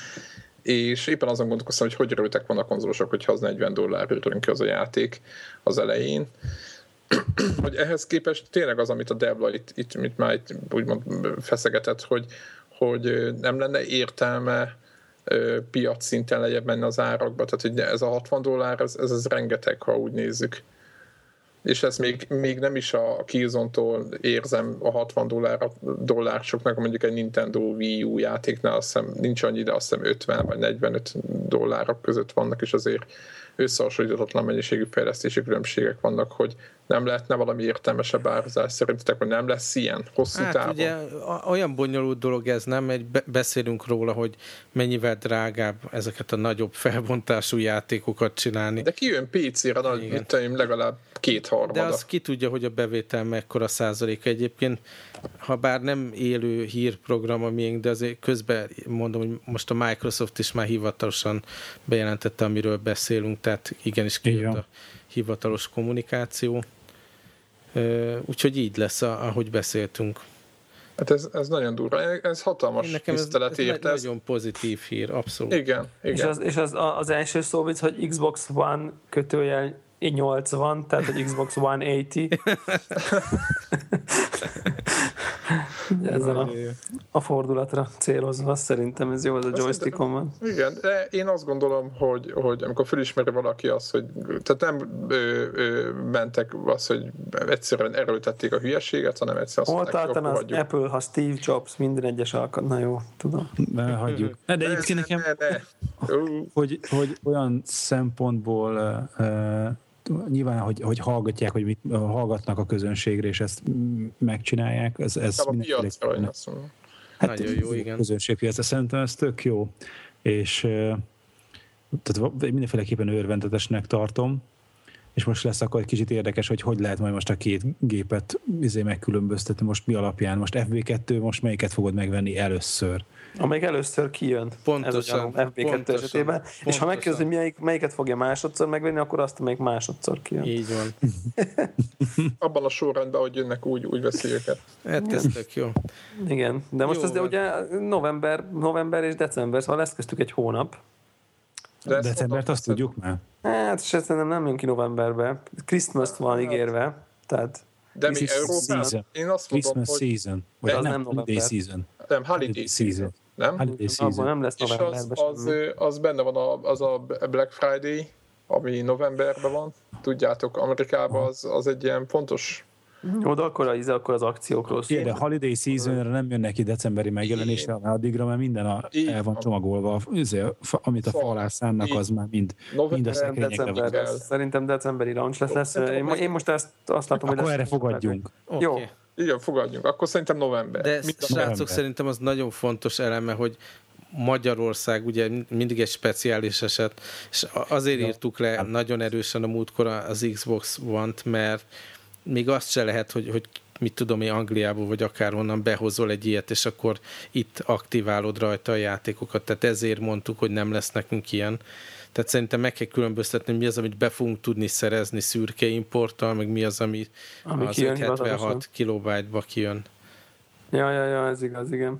És éppen azon gondolkoztam, hogy hogy örültek van a konzolosok, hogyha az negyven dollár örülünk ki az a játék az elején. Hogy ehhez képest tényleg az, amit a Debla itt, itt, itt már itt úgymond feszegetett, hogy, hogy nem lenne értelme piac szinten lejjebb menni az árakba, tehát hogy ez a hatvan dollár, ez, ez, ez rengeteg, ha úgy nézzük. És ez még, még nem is a Killzone-tól érzem a hatvan dollár, dollár soknak, mondjuk egy Nintendo Wii U játéknál azt hiszem nincs annyi, de azt hiszem ötven vagy negyvenöt dollárok között vannak, és azért összehasonlíthatatlan mennyiségű fejlesztési különbségek vannak, hogy nem lehetne valami értelmesebb árazás szerintetek, hogy nem lesz ilyen hosszú hát távon? Ugye olyan bonyolult dolog ez, nem? Egy beszélünk róla, hogy mennyivel drágább ezeket a nagyobb felbontású játékokat csinálni. De kijön pé cére, nagy, legalább kétharmada. De az ki tudja, hogy a bevétel mekkora százaléka egyébként, ha bár nem élő hírprogram a miénk, de azért közben mondom, hogy most a Microsoft is már hivatalosan bejelentette, amiről beszélünk, tehát igenis kijött a hivatalos kommunikáció. Úgyhogy így lesz, ahogy beszéltünk. Hát ez, ez nagyon durva. Ez hatalmas tisztelet ért. Ez nagyon pozitív hír, abszolút. Igen, igen. És az, és az, az első szóvic, hogy Xbox One kötőjel nyolcvan, tehát egy Xbox One nyolcvan. Ezzel a, a fordulatra célozva, szerintem ez jó, az a joystickon van. Igen, de én azt gondolom, hogy, hogy amikor felismeri valaki azt, hogy tehát nem ö, ö, mentek az, hogy egyszerűen erőltették a hülyeséget, hanem egyszerűen azt mondták, hogy az hagyjuk. Apple, ha Steve Jobs minden egyes alkalmat, na jó, tudom. Ne, hagyjuk. Ne, de egyébként nekem, ne, ne. Hogy, hogy olyan szempontból uh, nyilván, hogy, hogy hallgatják, hogy mit hallgatnak a közönségre, és ezt megcsinálják, ez, ez mindenféle... Hát nagyon jó, igen. Közönségpiacra szerintem ez tök jó, és tehát mindenféleképpen örvendetesnek tartom, és most lesz akkor egy kicsit érdekes, hogy hogy lehet majd most a két gépet izé megkülönböztetni, most mi alapján, most ef bé kettő, most melyiket fogod megvenni először? Amelyik először kijön. Pontosan. Ez ef bé kettő esetében. Pontosan. És ha megkérdez, hogy melyik, melyiket fogja másodszor megvenni, akkor azt, amelyik másodszor kijön. Így van. Abban a sorrendben, hogy jönnek, úgy, úgy veszi őket. Hát ez tök jó. Igen, de most jó, ez de ugye november, november és december, szóval lesz köztük egy hónap. De decembert azt tudjuk már? Hát, és szerintem nem jön ki novemberbe. Christmas van ígérve, tehát... De mi Európában? Én azt mondom, Christmas hogy... season, vagy az nem, nem holiday season. Nem, holiday season. Nem? Holiday season. Nem lesz novemberben. És az, az, az benne van a, az a Black Friday, ami novemberben van. Tudjátok, Amerikában az, az egy ilyen fontos... Jó, de akkor az, akkor az akciókról szól. De holiday seasonra nem jön neki decemberi megjelenésre, addigra már minden a, el van csomagolva. Amit a falás szánnak, az már mind, mind a szekrényekre van. Szerintem decemberi launch lesz. lesz. Én, én most ezt azt látom, hogy lesz. Akkor erre fogadjunk. Okay. Jó. Igen, fogadjunk. Akkor szerintem november. De srácok, november. Szerintem az nagyon fontos eleme, hogy Magyarország ugye mindig egy speciális eset, és azért ja. írtuk le nagyon erősen a múltkor az Xbox One-t, mert még azt se lehet, hogy, hogy mit tudom én, Angliából vagy akárhonnan behozol egy ilyet, és akkor itt aktiválod rajta a játékokat. Tehát ezért mondtuk, hogy nem lesz nekünk ilyen. Tehát szerintem meg kell különböztetni, mi az, amit be fogunk tudni szerezni szürke importtal, meg mi az, ami, ami az ötszázhetvenhat kilobájtba kijön. Ja, ja, ja, ez igaz, igen.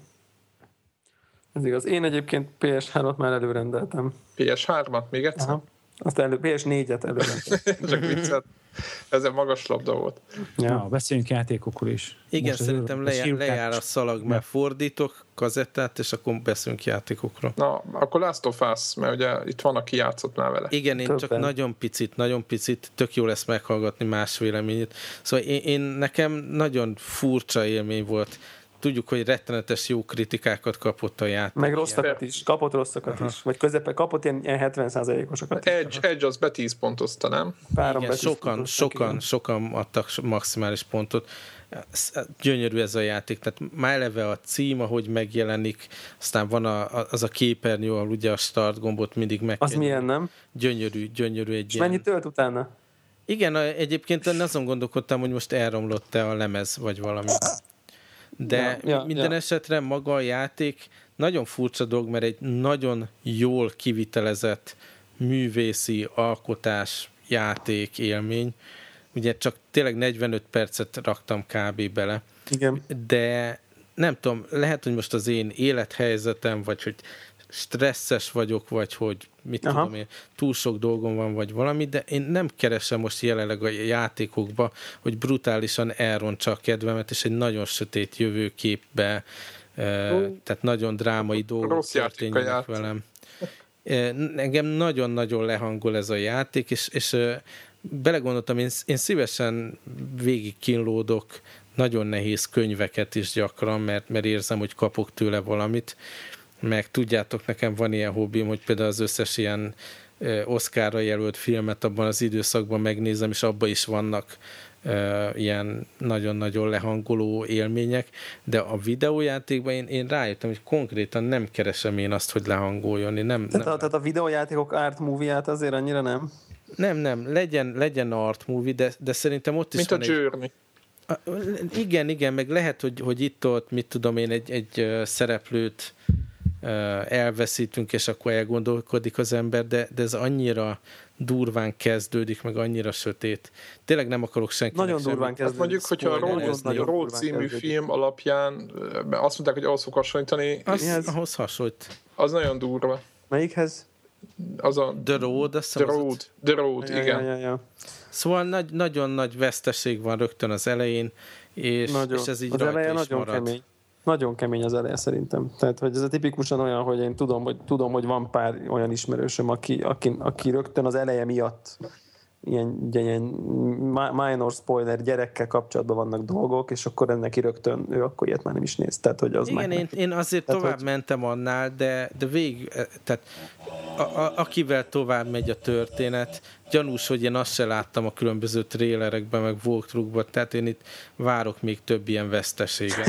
Ez igaz. Én egyébként pé es hármat már előrendeltem. pé es hármat? Még egyszer? Aha. Azt elő, pé es négyet előrendeltem. Csak viccet. Ez egy magas labda volt. Ja, ja beszéljünk játékokról is. Igen, most szerintem lejár, lejár a szalag, mert fordítok kazettát, és akkor beszélünk játékokról. Na, akkor Last of Us, mert ugye itt van, aki játszott már vele. Igen, én Többen. csak nagyon picit, nagyon picit, tök jó lesz meghallgatni más véleményét. Szóval én, én nekem nagyon furcsa élmény volt. Tudjuk, hogy rettenetes jó kritikákat kapott a játék. Meg rosszakat is, kapott rosszakat Aha. is. Vagy közepe kapott ilyen, ilyen hetven százalékosokat. Edge, Edge az be tíz pontozta, nem? Párom igen, sokan, sokan, igen. sokan adtak maximális pontot. Gyönyörű ez a játék, tehát már eleve a cím, ahogy megjelenik, aztán van a, az a képernyő, ahol ugye a start gombot mindig meg. Az milyen, nem? Gyönyörű, gyönyörű egy És ilyen... mennyit tölt utána? Igen, egyébként azon gondolkodtam, hogy most elromlott-e a lemez, vagy valami. De ja, ja, minden ja. esetre maga a játék nagyon furcsa dolog, mert egy nagyon jól kivitelezett művészi alkotás, játék, élmény. Ugye csak tényleg negyvenöt percet raktam kb. Bele. Igen. De nem tudom, lehet, hogy most az én élethelyzetem, vagy hogy stresszes vagyok, vagy hogy mit Aha. tudom én, túl sok dolgom van, vagy valami, de én nem keresem most jelenleg a játékokba, hogy brutálisan elrontsa a kedvemet, és egy nagyon sötét jövőképbe, uh, tehát nagyon drámai dolgok történjenek velem. Engem nagyon-nagyon lehangol ez a játék, és, és uh, belegondoltam, én, én szívesen végig kínlódok nagyon nehéz könyveket is gyakran, mert, mert érzem, hogy kapok tőle valamit, meg tudjátok, nekem van ilyen hobbim, hogy például az összes ilyen Oscarra jelölt filmet abban az időszakban megnézem, és abban is vannak uh, ilyen nagyon-nagyon lehangoló élmények, de a videójátékban én, én rájöttem, hogy konkrétan nem keresem én azt, hogy lehangoljon. Én nem, tehát, nem. A, tehát a videójátékok art movie-át azért annyira nem? Nem, nem, legyen, legyen art movie, de, de szerintem ott is mint van a Journey. Egy... Igen, igen, meg lehet, hogy, hogy itt-ott, mit tudom én, egy, egy szereplőt elveszítünk, és akkor elgondolkodik az ember, de, de ez annyira durván kezdődik, meg annyira sötét. Tényleg nem akarok senkinek Nagyon durván kezdődik. Hát mondjuk, hogyha a Road, a Road című kezdődik. Film alapján azt mondták, hogy ahhoz fog hasonlítani. Az, ahhoz hasonlít. Az nagyon durva. Melyikhez? Az a The Road, azt The Road, az The Road, ja, igen. Ja, ja, ja. Szóval nagy, nagyon nagy veszteség van rögtön az elején, és, és ez így az rajta eleje is nagyon marad. Kemény. Nagyon kemény az eleje szerintem. Tehát, hogy ez a tipikusan olyan, hogy én tudom, hogy, tudom, hogy van pár olyan ismerősöm, aki, aki, aki rögtön az eleje miatt ilyen, ilyen minor spoiler gyerekkel kapcsolatban vannak dolgok, és akkor ennek rögtön ő akkor ilyet már nem is néz. Tehát, hogy az igen, én, én azért tehát, tovább hogy... mentem annál, de, de végig, tehát a, a, akivel tovább megy a történet, gyanús, hogy én azt se láttam a különböző trélerekben, meg walkthrough-ban, tehát én itt várok még több ilyen veszteséget.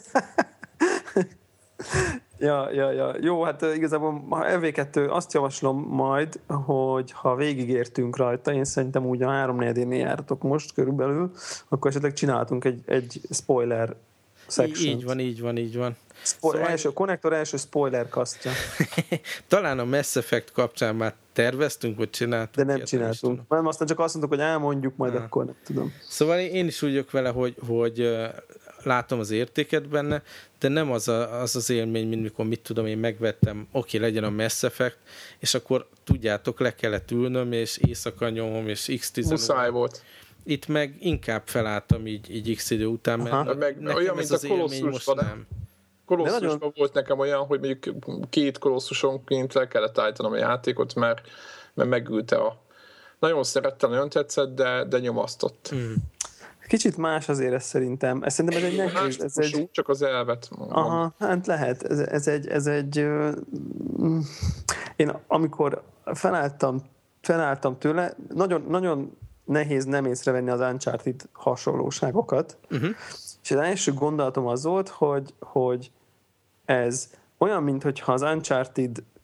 Ja, ja, ja. Jó, hát igazából ha E V kettő, azt javaslom majd, hogy ha végigértünk rajta, én szerintem úgy a háromnegyedénél jártok most körülbelül, akkor esetleg csináltunk egy, egy spoiler section. Így van, így van, így van. Spo- szóval első, Connector első spoiler kasztja. Talán a Mass Effect kapcsán már terveztünk, vagy csináltunk. De nem csináltunk. Nem, aztán csak azt mondtuk, hogy elmondjuk, majd ha. Akkor nem tudom. Szóval én is úgy vagyok vele, hogy, hogy látom az értéket benne, de nem az, a, az az élmény, mint mikor mit tudom, én megvettem, oké, legyen a Mass Effect, és akkor tudjátok, le kellett ülnöm, és éjszaka nyomom, és X tíz muszáj volt. Itt meg inkább felálltam így, így X idő után, mert Aha. meg, nekem olyan, ez mint az a élmény most nem. Kolosszusban nagyon... volt nekem olyan, hogy mondjuk két kolosszusonként le kellett állítanom a játékot, mert, mert megülte a... Nagyon szerettem, nagyon tetszett, de, de nyomasztott. Mm. Kicsit más azért ez szerintem. Ez szerintem ez egy nehéz. Ez egy... Csak az elvet. Aha, hát lehet. Ez, ez egy... Ez egy uh, én amikor felálltam, felálltam tőle, nagyon, nagyon nehéz nem észrevenni az Uncharted hasonlóságokat. Uh-huh. És az első gondolatom az volt, hogy, hogy ez olyan, mintha az Uncharted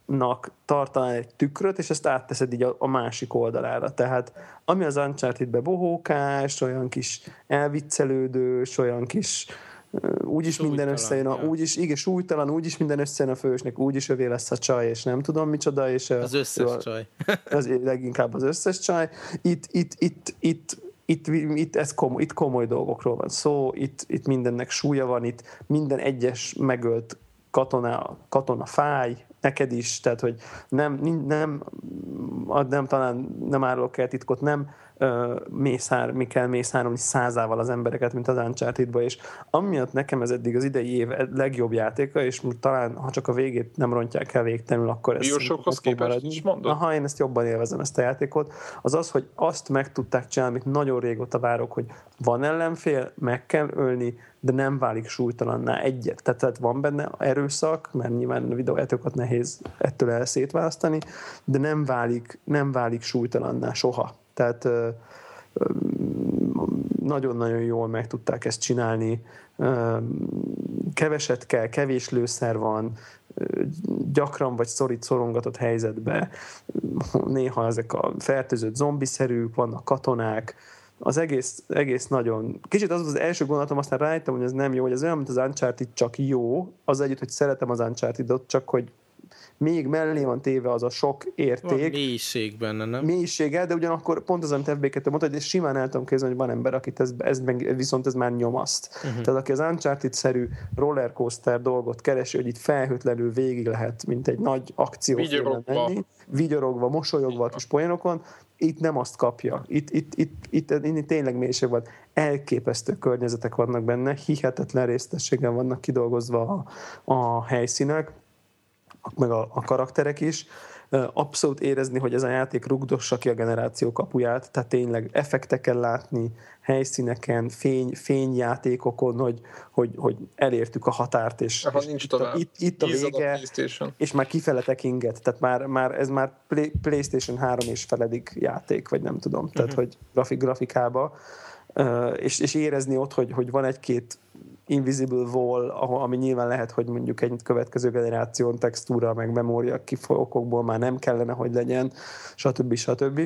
nak tartanál egy tükröt, és ezt átteszed így a, a másik oldalára. Tehát ami az Uncharted-be bohókás, olyan kis elviccelődős, olyan kis úgyis minden összejön, a, úgyis, igen, súlytalan, úgyis minden összejön a fősnek, úgyis övé lesz a csaj, és nem tudom micsoda, és az összes a, csaj. Az leginkább az összes csaj. Itt, itt, itt, itt Itt, itt, ez komoly, itt komoly dolgokról van szó, itt, itt mindennek súlya van, itt minden egyes megölt katona, katona fáj, neked is, tehát hogy nem, nem, nem talán nem árulok el titkot, nem uh, mészár, mi kell mészárolni százával az embereket, mint az Uncharted-ba, és amiatt nekem ez eddig az idei év legjobb játéka, és talán, ha csak a végét nem rontják el végtelenül, akkor ez Bioshockhoz képest is mondod? Aha, én ezt jobban élvezem, ezt a játékot. Az az, hogy azt meg tudták csinálni, amit nagyon régóta várok, hogy van ellenfél, meg kell ölni, de nem válik súlytalanná egyet. Tehát, tehát van benne erőszak, mert nyilván a videójátékokat nehéz ettől el szétválasztani, de nem válik, nem válik súlytalanná soha. Tehát nagyon-nagyon jól meg tudták ezt csinálni. Keveset kell, kevés lőszer van, gyakran vagy szorít szorongatott helyzetbe. Néha ezek a fertőzött zombiszerűk, vannak katonák, az egész, egész nagyon... Kicsit az az első gondolatom, aztán rájöttem, hogy ez nem jó, hogy ez olyan, mint az Uncharted, csak jó, az együtt, hogy szeretem az Uncharted-ot, csak hogy még mellé van téve az a sok érték. Van mélység benne, nem? Mélysége, de ugyanakkor pont az, amit ef bé kettő mondta, hogy simán el tudom képzelni, hogy van ember, akit ez, ez viszont ez már nyomaszt. Uh-huh. Tehát aki az Uncharted-szerű rollercoaster dolgot keresi, hogy itt felhőtlenül végig lehet, mint egy nagy akciófilmen menni, vigyorogva, mosolyogva a kis poénokon, itt nem azt kapja. Itt, itt, itt, itt, itt, itt tényleg mélység van. Elképesztő környezetek vannak benne, hihetetlen részletességgel vannak kidolgozva a, a helyszínek, meg a, a karakterek is. Abszolút érezni, hogy ez a játék rugdossa ki a generáció kapuját, tehát tényleg effektekkel látni, helyszíneken, fény, fényjátékokon, hogy, hogy, hogy elértük a határt, és, Aha, és nincs itt, a, itt, itt a vége, a és már kifele tekinget, tehát már, már ez már Play, PlayStation három és feledik játék, vagy nem tudom, tehát uh-huh. hogy grafik, grafikába, uh, és, és érezni ott, hogy, hogy van egy-két invisible wall, ami nyilván lehet, hogy mondjuk egy következő generáción textúra, meg memória kifolyókokból már nem kellene, hogy legyen, stb. stb.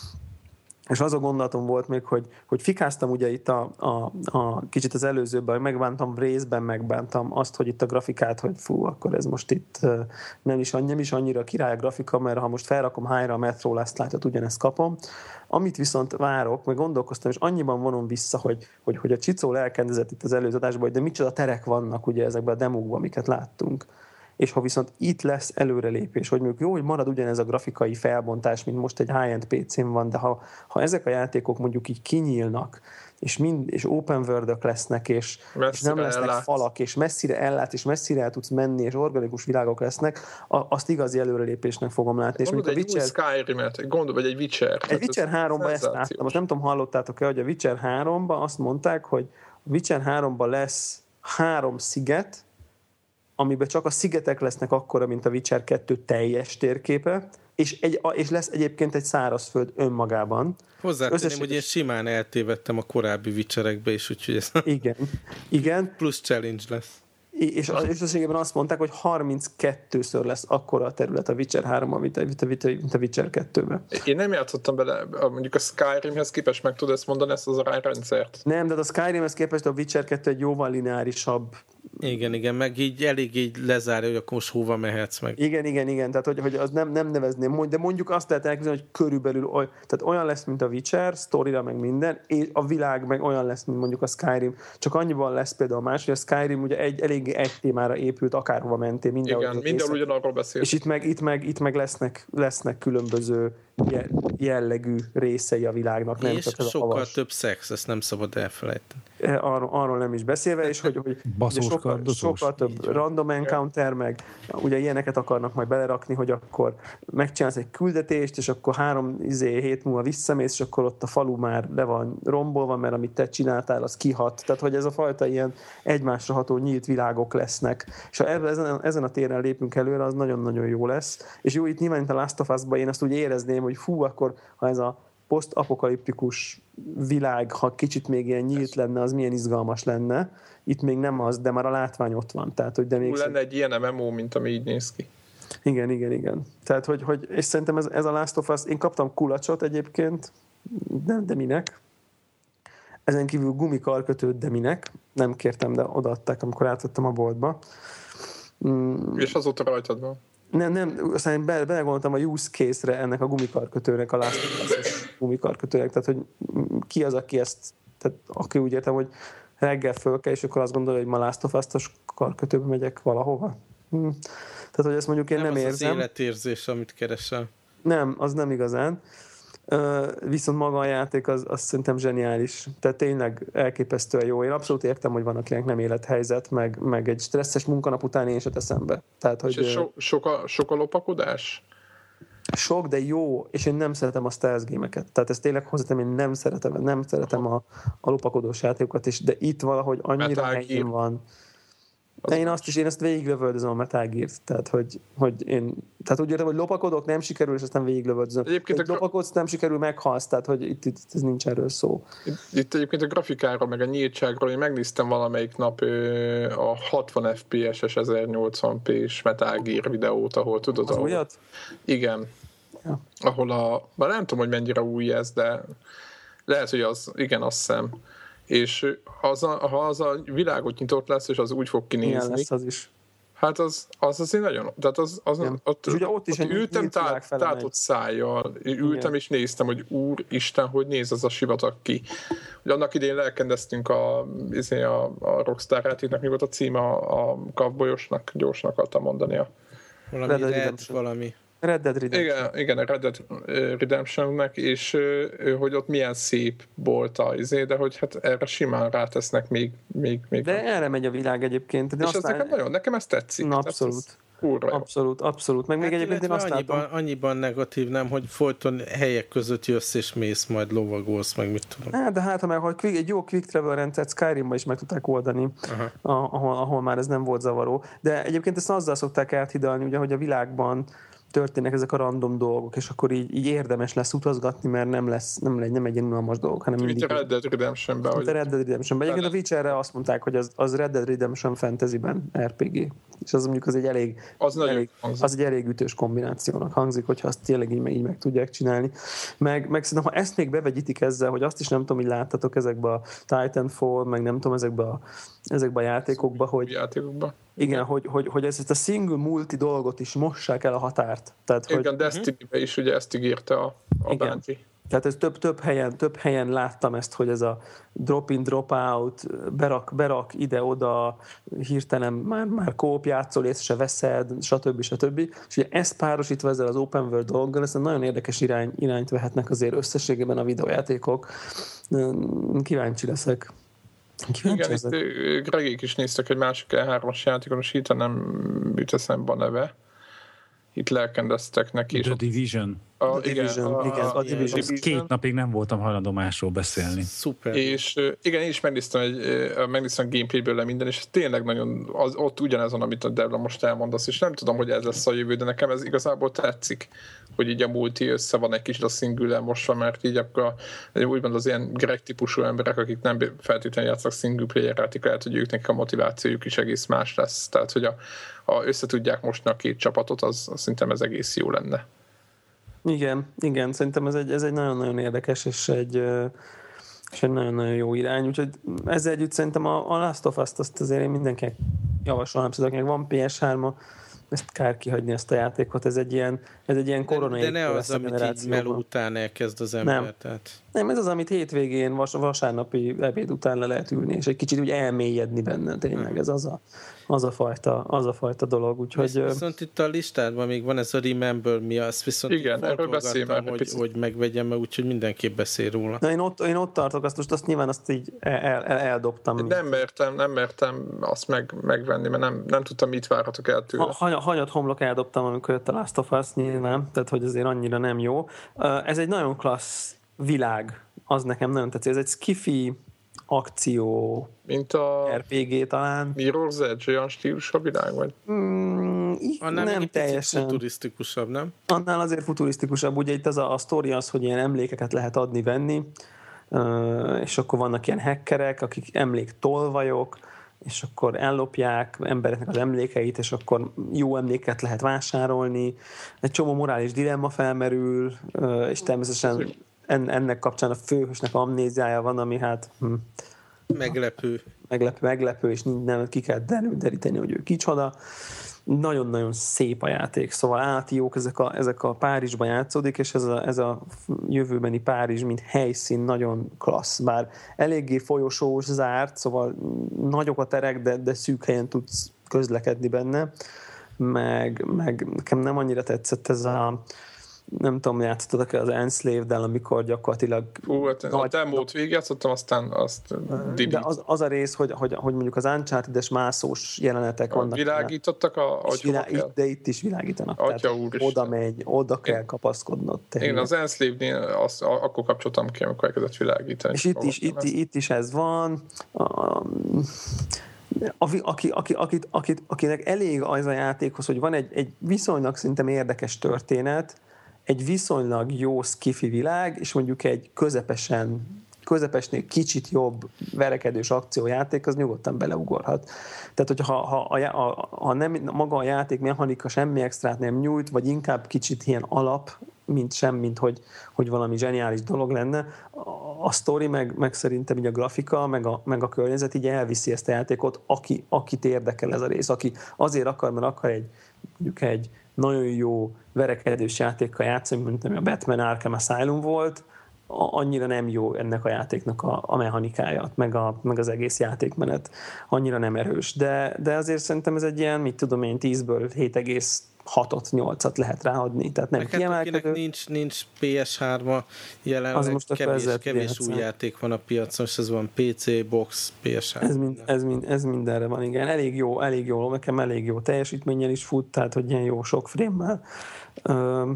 És az a gondolatom volt még, hogy, hogy fikáztam ugye itt a, a, a kicsit az előzőben, megbántam, részben megbántam azt, hogy itt a grafikát, hogy fú, akkor ez most itt nem is, nem is annyira király a grafika, mert ha most felrakom high-ra a Metro Last Light-ot, ugyanezt kapom. Amit viszont várok, meg gondolkoztam, és annyiban vonom vissza, hogy, hogy, hogy a Csicó elkendezett itt az előző adásban, hogy de micsoda terek vannak ugye ezekben a demókban, amiket láttunk. És ha viszont itt lesz előrelépés, hogy mondjuk jó, hogy marad ugyanez a grafikai felbontás, mint most egy high-end pé cén van, de ha, ha ezek a játékok mondjuk így kinyílnak, és, mind, és open world-ök lesznek, és, és nem lesznek ellátsz. falak, és messzire ellát, és messzire el tudsz menni, és organikus világok lesznek, azt igazi előrelépésnek fogom látni. Gondolod egy Witcher... új Skyrim-et, gondolod, vagy egy Witcher. Egy Witcher háromban ezt láttam. Most nem tudom, hallottátok-e, hogy a Witcher háromban azt mondták, hogy a Witcher háromban lesz három sziget, amiben csak a szigetek lesznek akkora, mint a Witcher kettő teljes térképe, és, egy, és lesz egyébként egy szárazföld önmagában. Hozzátenném, összes... hogy én simán eltévedtem a korábbi Witcherekbe is, úgyhogy ez igen, igen. plusz challenge lesz. És összességében azt mondták, hogy harminckettőször lesz akkora a terület a Witcher háromban, mint a Witcher kettőben. Én nem játszottam bele, mondjuk a Skyrimhez képest meg tudod ezt mondani, ezt az arányrendszert? Nem, de a Skyrimhez képest a Witcher kettő egy jóval lineárisabb. Igen, igen, meg így elég így lezárja, hogy akkor most hova mehetsz meg. Igen, igen, igen, tehát hogy, hogy az nem, nem nevezném, de mondjuk azt lehet elképzelni, hogy körülbelül oly, tehát olyan lesz, mint a Witcher, sztorira meg minden, és a világ meg olyan lesz, mint mondjuk a Skyrim. Csak annyiban lesz például más, hogy a Skyrim ugye egy, elég egy témára épült, akárhova mentél, mindenhol. Igen, mindenhol ugyanarról beszél. És itt meg, itt meg, itt meg lesznek, lesznek különböző jellegű részei a világnak. Nem és csak sokkal havas. Több szex, ezt nem szabad elfelejteni. Arról, arról nem is beszélve, és hogy, hogy sokkal, sokkal több random encounter, meg ugye ilyeneket akarnak majd belerakni, hogy akkor megcsinálsz egy küldetést, és akkor három izé, hét múlva visszamész, és akkor ott a falu már le van rombolva, mert amit te csináltál, az kihat. Tehát, hogy ez a fajta ilyen egymásra ható nyílt világok lesznek. És ha ezen, ezen a téren lépünk előre, az nagyon-nagyon jó lesz. És jó, itt nyilván itt a Last of Us-ban én azt úgy érezném, hogy fú, akkor ha ez a posztapokaliptikus világ, ha kicsit még ilyen nyílt lenne, az milyen izgalmas lenne. Itt még nem az, de már a látvány ott van. Tehát, hogy de még lenne egy ilyen em em o, mint ami így néz ki. Igen, igen, igen. Tehát, hogy, hogy és szerintem ez, ez a Last of Us, én kaptam kulacsot egyébként, de, de minek? Ezen kívül gumikarkötőt, de minek? Nem kértem, de odaadták, amikor átvettem a boltba. Mm. És azóta rajtad van? Nem, nem, aztán be, belegondoltam a use case-re ennek a gumikarkötőnek, a Last of Us-os gumikarkötőnek, tehát hogy ki az, aki ezt, tehát aki úgy értem, hogy reggel föl kell, és akkor azt gondolja, hogy ma Last of Us-os karkötőbe megyek valahova. Hm. Tehát, hogy ezt mondjuk én nem, nem érzem. Nem az életérzés, amit keresel. Nem, az nem igazán. Uh, viszont maga a játék az, az szerintem zseniális. Tehát tényleg elképesztően jó. Én abszolút értem, hogy van, akinek nem élethelyzet, meg, meg egy stresszes munkanap után én se teszem be. Tehát, hogy, és so, sok, a, sok a lopakodás? Sok, de jó, és én nem szeretem a stealth gémeket. Tehát ezt tényleg hozzátem, én nem szeretem, nem szeretem a, a lopakodós játékokat, és de itt valahogy annyira helyén van. De én azt is, én ezt végiglövöldözöm a Metal Gear-t, tehát hogy, hogy én, tehát úgy értem, hogy lopakodok, nem sikerül, és aztán végiglövöldözöm. Egyébként a lopakodsz, nem sikerül, meghalsz, tehát hogy itt, itt ez nincs erről szó. Itt, itt egyébként a grafikáról, meg a nyíltságról, én megnéztem valamelyik nap ö, a hatvan ef pé es-es ezernyolcvan pé-s Metal Gear videót, ahol tudod... Az újat? Igen. Ja. Ahol a, már nem tudom, hogy mennyire új ez, de lehet, hogy az, igen, azt hiszem. És az a, ha az a világot nyitott lesz, és az úgy fog kinézni. Ilyen lesz az is. Hát az, az azért nagyon... Tehát az, az, az ott, és ugye ott is ott ültem tát, tátott szájjal, ültem igen. És néztem, hogy úristen, hogy néz az a sivatag ki. Hogy annak idén lelkendeztünk a, a, a Rockstar játéknak, mi volt a címe, a, a Cowboyosnak, gyorsnak akartam mondani. A... Valami Red, valami... Red Dead Redemption. Igen, igen, a Red Dead Redemptionnek, és hogy ott milyen szép volt a izé, de hogy hát erre simán rátesznek még... még, még de erre megy a világ egyébként. De és aztán... ez nekem nagyon, nekem ez tetszik. Na, abszolút. Úrra abszolút, abszolút. Meg hát még egyébként én azt annyiban, látom... annyiban negatív, nem, hogy folyton helyek között jössz és mész, majd lovagolsz, meg mit tudom. Hát, de hát, ha meg hogy quick, egy jó quick travel rendszert Skyrimban is meg tudták oldani, ahol, ahol már ez nem volt zavaró. De egyébként ezt azzal szokták áthidalni, ugye, hogy a világban történnek ezek a random dolgok, és akkor így, így érdemes lesz utazgatni, mert nem lesz, nem, legy, nem egy ilyen unalmas dolog, hanem mindig... Mint a Red Dead Redemption-ben. Mint a Red Dead Redemption-ben. Egyébként a Witcherre azt mondták, hogy az, az Red Dead Redemption fantasyben er pé gé. És az mondjuk az egy elég, az elég, az egy elég ütős kombinációnak hangzik, hogyha azt tényleg így, így meg tudják csinálni. Meg, meg szerintem, ha ezt még bevegyítik ezzel, hogy azt is nem tudom, hogy láttatok ezekbe a Titanfall, meg nem tudom, ezekbe a, ezekbe a játékokba, hogy játékokba. Igen, hogy, hogy, hogy ezt a single multi dolgot is mossák el a határt. Tehát, igen, hogy, Destiny-be is ugye ezt ígérte a, a Bungie. Tehát ez több, több, helyen, több helyen láttam ezt, hogy ez a drop-in, drop-out, berak, berak ide-oda, hirtelen már, már kóp játszol, észre se veszed, stb. stb. És ugye ezt párosítva ezzel az open world dologgal, ezt nagyon érdekes irány, irányt vehetnek azért összességében a videójátékok. Kíváncsi leszek. Kíváncsi igen, leszek. Itt Gregék is néztek egy másik E hármas játékon, és itt nem jut eszembe a neve. Itt lelkendeztek neki. The Division. A, The igen, Division. A, igen, a, a Division. Division. Két napig nem voltam hajlandó másról beszélni. Szuper. És igen, én is megnéztem, egy, megnéztem a gameplayből le minden, és ez tényleg nagyon, az, ott ugyanez, amit a Devla most elmondasz, és nem tudom, hogy ez lesz a jövő, de nekem ez igazából tetszik, hogy így a multi össze van egy kicsit a single most van, mert így akkor úgymond az ilyen Greg típusú emberek, akik nem feltétlenül játszanak single player játék, lehet, hogy őknek a motivációjuk is egész más lesz. Tehát, hogy a, a össze tudják mosni a két csapatot, az, az szerintem ez egész jó lenne. Igen, igen, szerintem ez egy, ez egy nagyon-nagyon érdekes, és egy, és egy nagyon-nagyon jó irány, úgyhogy ezzel együtt szerintem a, a Last of Us-t azt azért én mindenkinek javasolnám, akinek van pé es három, ezt kár kihagyni ezt a játékot, ez egy ilyen, ez egy ilyen koronai. De, de ne az, amit így meló után elkezd az ember. Nem. Tehát... nem, ez az, amit hétvégén, vas, vasárnapi ebéd után le lehet ülni, és egy kicsit úgy elmélyedni benne, tényleg ez az a, az a, fajta, az a fajta dolog. Úgyhogy, viszont, viszont itt a listádban még van ez a Remember Me, azt viszont igen, erről beszélem, hogy, hogy megvegyem, mert úgyhogy mindenképp beszél róla. Na, én, ott, én ott tartok, azt most azt nyilván azt így el, el, eldobtam. Nem mertem, nem mertem azt meg, megvenni, mert nem, nem tudtam, mit várhatok el tőle. Ha, hanyat homlok eldobtam, amikor jött a Last of Us, nyilván, tehát hogy azért annyira nem jó. Ez egy nagyon klassz világ, az nekem nagyon tetszik. Ez egy skifi akció, mint a er pé gé talán. Mirror's Edge, olyan stílus a világ, vagy? Mm, annál nem teljesen. futurisztikusabb, nem? Annál azért futurisztikusabb. Ugye itt az a, a sztori az, hogy ilyen emlékeket lehet adni-venni, és akkor vannak ilyen hackerek, akik emléktolvajok, és akkor ellopják embereknek az emlékeit, és akkor jó emléket lehet vásárolni. Egy csomó morális dilemma felmerül, és természetesen ennek kapcsán a főhősnek amnéziája van, ami hát... Hm, meglepő. Meglepő, meglepő, és nem ki kell deríteni, hogy ő kicsoda. Nagyon-nagyon szép a játék, szóval állati jók, ezek a, ezek a Párizsban játszódik, és ez a, ez a jövőbeni Párizs, mint helyszín nagyon klassz, bár eléggé folyosós, zárt, szóval nagyok a terek, de, de szűk helyen tudsz közlekedni benne, meg, meg nekem nem annyira tetszett ez a nem tudom, játszottatok az Enslaved-del, amikor gyakorlatilag... Hú, hát nagy, a demót végigjátszottam, aztán azt de az, az a rész, hogy, hogy, hogy mondjuk az Uncharted-es mászós jelenetek vannak. Világítottak, a, ahogy vilá, itt, de itt is világítanak. Atya tehát oda megy, oda kell én, kapaszkodnod. Én az Enslaved-nél azt, akkor kapcsoltam ki, amikor elkezdett világítani. És itt is, itt, itt is ez van. Aki, aki, aki, akit, akit, akinek elég az a játékhoz, hogy van egy, egy viszonylag szerintem érdekes történet, egy viszonylag jó skifi világ, és mondjuk egy közepesen, közepesnél kicsit jobb verekedős akciójáték, az nyugodtan beleugorhat. Tehát, hogyha ha, ha, ha, ha nem, maga a játék mechanika semmi extrát nem nyújt, vagy inkább kicsit ilyen alap, mint sem, mint hogy, hogy valami zseniális dolog lenne, a sztori, meg, meg szerintem így a grafika, meg a, meg a környezet így elviszi ezt a játékot, aki, akit érdekel ez a rész, aki azért akar, mert akar egy, mondjuk egy nagyon jó verekedős játékkal játszani, mint ami a Batman Arkham Asylum volt, annyira nem jó ennek a játéknak a, a mechanikája, meg, a, meg az egész játékmenet annyira nem erős. De, de azért szerintem ez egy ilyen, mit tudom én, tízből hét egész hatot, nyolcat lehet ráadni, tehát nem kiemelkedő. Akinek nincs, nincs pé es három jelenleg, most kevés, kevés új játék van a piacon, és ez van pé cé, box, pé es három. Ez, mind, ez, mind, ez mindenre van, igen. Elég jó, elég jó, nekem elég jó teljesítménnyel is fut, tehát hogy ilyen jó sok frame-mel. Üm,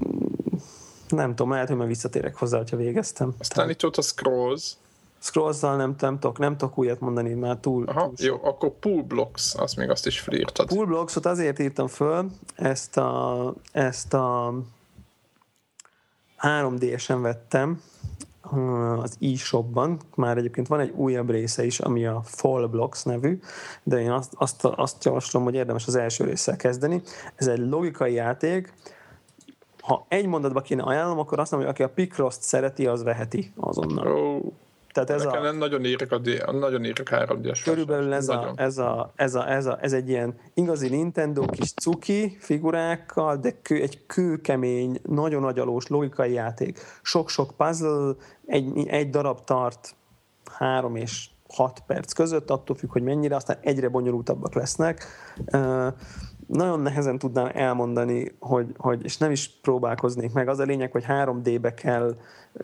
nem tudom, lehet, hogy már visszatérek hozzá, hogyha végeztem. Aztán itt ott a Scrolls. Scrolls-zal nem, nem tudok, nem tudok újat mondani, már túl... Aha, túl jó, akkor Pool Blocks, azt még azt is felírtad. Pool Blocks-ot azért írtam föl, ezt a, ezt a három dé-esen vettem az eShopban, már egyébként van egy újabb része is, ami a Fall Blocks nevű, de én azt, azt, azt javaslom, hogy érdemes az első résszel kezdeni. Ez egy logikai játék. Ha egy mondatba kéne ajánlom, akkor azt mondom, hogy aki a Picross szereti, az veheti azonnal. Oh. Tehát ez Nekem a, nagyon írek a D, nagyon írek három dé-es. Körülbelül ez a, ez, a, ez, a, ez, a, ez egy ilyen igazi Nintendo kis cuki figurákkal, de kő, egy kőkemény, nagyon agyalós logikai játék. Sok-sok puzzle, egy, egy darab tart három és hat perc között, attól függ, hogy mennyire, aztán egyre bonyolultabbak lesznek. Uh, nagyon nehezen tudnám elmondani, hogy, hogy, és nem is próbálkoznék meg. Az a lényeg, hogy három dé-be kell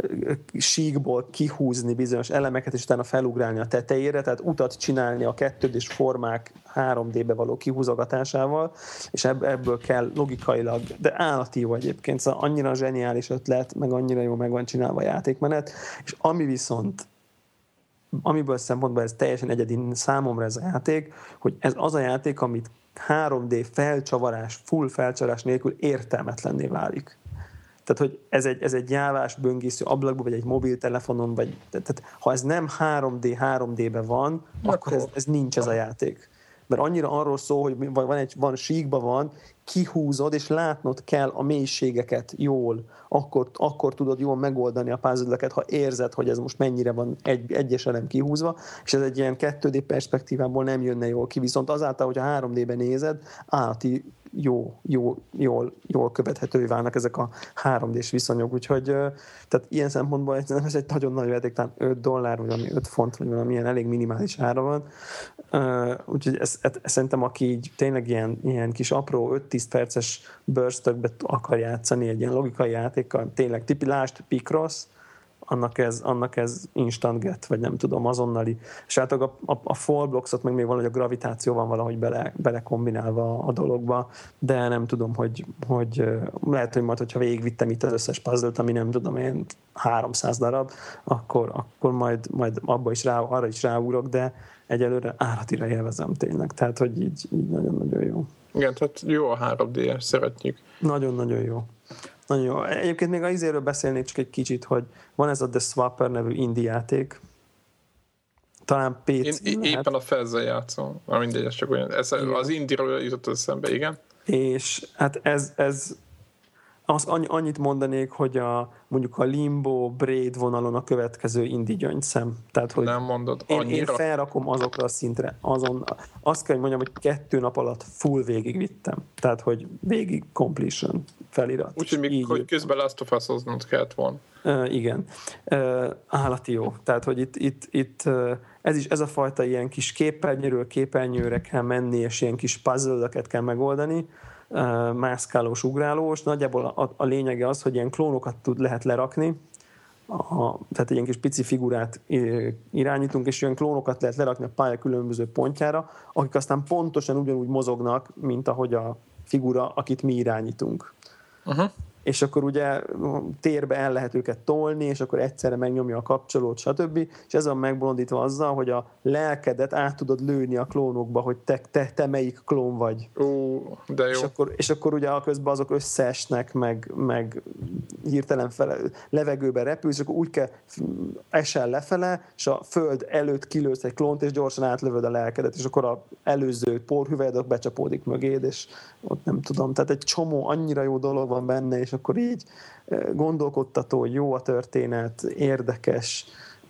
síkból kihúzni bizonyos elemeket, és utána felugrálni a tetejére, tehát utat csinálni a kettődés formák három dé-be való kihúzogatásával, és ebből kell logikailag, de állati jó egyébként, szóval annyira zseniális ötlet, meg annyira jó meg van csinálva a játékmenet, és ami viszont amiből szempontból ez teljesen egyedi számomra ez a játék, hogy ez az a játék, amit három dé felcsavarás, full felcsavarás nélkül értelmetlenné válik. Tehát, hogy ez egy, ez egy jávás böngésző ablakban, vagy egy mobiltelefonon, vagy, tehát, ha ez nem három dé, három dé-ben van, akkor, akkor ez, ez nincs ez a játék. Mert annyira arról szól, hogy van, egy, van síkban van, kihúzod, és látnod kell a mélységeket jól, akkor, akkor tudod jól megoldani a puzzle-eket, ha érzed, hogy ez most mennyire van egy, egyes elem kihúzva, és ez egy ilyen kettő dé perspektívából nem jönne jól ki, viszont azáltal, hogy a három dé-ben nézed, állati jó, jó, jól, jól követhetővé válnak ezek a három dés viszonyok, úgyhogy tehát ilyen szempontból ez egy nagyon nagy játék, talán öt dollár, vagy valami öt font, vagy valamilyen elég minimális ára van, úgyhogy ez, ez, ez szerintem aki így tényleg ilyen, ilyen kis apró öt-tíz perces burstökbe akar játszani egy ilyen logikai játékkal, tényleg tipi, lásd Picross, annak ez, annak ez instant get, vagy nem tudom, azonnali. És hát a, a, a fall blocksot meg még valahogy a gravitáció van valahogy bele, bele kombinálva a dologba, de nem tudom, hogy, hogy lehet, hogy majd, hogyha végigvittem itt az összes puzzle-t, ami nem tudom én háromszáz darab, akkor, akkor majd, majd abba is rá, arra is ráúrok, de egyelőre állatira élvezem tényleg, tehát hogy így, így nagyon-nagyon jó. Igen, tehát jó a három dé-es, szeretjük. Nagyon-nagyon jó. Nagyon jó. Egyébként még a izéről beszélnék csak egy kicsit, hogy van ez a The Swapper nevű indie játék, talán pé cé Én lehet. éppen a Fezzel játszom. Na mindegy, ez csak olyan. Ez, az Indie-ről jutott eszembe, igen. És hát ez, ez az, annyit mondanék, hogy a, mondjuk a Limbo Braid vonalon a következő indie gyöngyszem. Tehát, hogy nem mondod, én, annyira. én felrakom azokra a szintre. Azon, azt kell, hogy mondjam, hogy kettő nap alatt full végig vittem. Tehát, hogy végig completion felirat. Úgyhogy még hogy közben Last of Us-oznod kellett volna. Uh, igen. Uh, állati jó. Tehát, hogy itt, itt, itt uh, ez is ez a fajta ilyen kis képernyőről képernyőre kell menni, és ilyen kis puzzle-öket kell megoldani, uh, mászkálós, ugrálós. Nagyjából a, a lényege az, hogy ilyen klónokat tud, lehet lerakni, a, tehát ilyen kis pici figurát irányítunk, és ilyen klónokat lehet lerakni a pálya különböző pontjára, akik aztán pontosan ugyanúgy mozognak, mint ahogy a figura, akit mi irányítunk. Uh-huh. És akkor ugye térbe el lehet őket tolni, és akkor egyszerre megnyomja a kapcsolót, stb. És ez van megbolondítva azzal, hogy a lelkedet át tudod lőni a klónokba, hogy te, te, te melyik klón vagy. Ó, de jó. És akkor, és akkor ugye közben azok összeesnek, meg, meg hirtelen fele, levegőben repülsz, és akkor úgy kell esel lefele, és a föld előtt kilősz egy klónt, és gyorsan átlövöd a lelkedet, és akkor az előző porhüvelyedok becsapódik mögéd, és ott nem tudom. Tehát egy csomó annyira jó dolog van benne, és akkor így gondolkodtató, jó a történet, érdekes,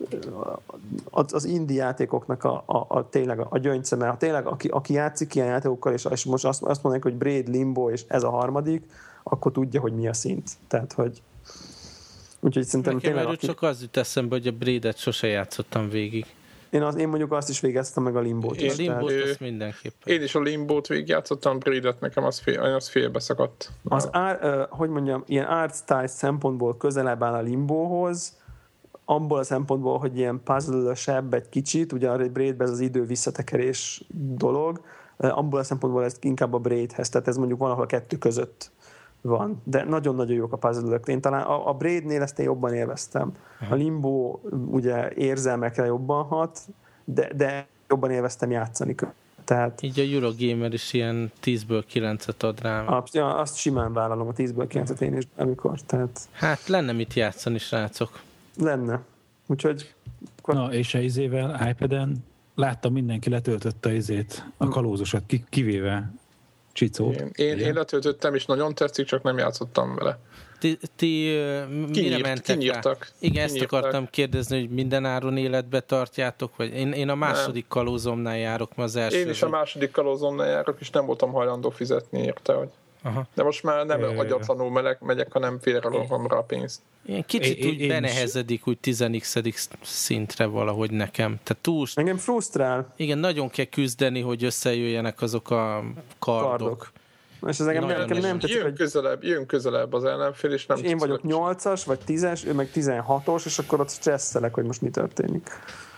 az, az indie játékoknak a, a, a tényleg a gyöngyszeme, tényleg aki, aki játszik ilyen játékokkal, és, és most azt, azt mondanánk, hogy Braid, Limbo, és ez a harmadik, akkor tudja, hogy mi a szint. Tehát, hogy úgyhogy szerintem nekem tényleg... Aki... csak az jut eszembe, hogy a Braidet sose játszottam végig. Én, az, én mondjuk azt is végeztem, meg a Limbót is. A Limbót tehát... azt mindenképpen. Én is a Limbót végigjátszottam, Braidet nekem az, fél, az félbe szakadt. Az ár, uh, hogy mondjam, ilyen art style szempontból közelebb áll a Limbóhoz, abból a szempontból, hogy ilyen puzzle-ösebb egy kicsit, ugye a Braidben ez az idő visszatekerés dolog, uh, abból a szempontból ez inkább a Braidhez, tehát ez mondjuk valahol a kettő között van, de nagyon-nagyon jók a puzzle-ök. Én talán a, a Braidnél ezt én jobban élveztem. A Limbo ugye érzelmekre jobban hat, de, de jobban élveztem játszani. Tehát, így a Eurogamer is ilyen tízből kilencet ad rám. A, ja, azt simán vállalom, a tízből kilencet én is, amikor. Tehát hát lenne mit játszani, srácok. Lenne. Úgyhogy... Na, és a izével, iPad-en láttam, mindenki letöltötte izét, a kalózosat, kivéve Csicót. Én, én, én letöltöttem, és nagyon tetszik, csak nem játszottam vele. Ti, ti mire Kinyírt, mentek kinyírtak, rá? Igen, kinyírtak. ezt akartam kérdezni, hogy minden áron életbe tartjátok? Vagy én, én a második nem. kalózomnál járok, ma az első. Én is a második kalózomnál járok, és nem voltam hajlandó fizetni érte, hogy... Aha. De most már nem Jaj, agyatlanul meleg, megyek, hanem félrelogom rá a pénzt. Ilyen kicsit é, úgy én benehezedik is. Úgy tizedik szintre valahogy nekem. Tehát túl... Engem frusztrál. Igen, nagyon kell küzdeni, hogy összejöjjenek azok a kardok. kardok. És ez engem nem, nekem nem tetszik, jön, hogy... közelebb, jön közelebb az ellenfél, és nem... És én vagyok nyolcas, vagy tízes, ő meg tizenhatos, és akkor ott stresszelek, hogy most mi történik.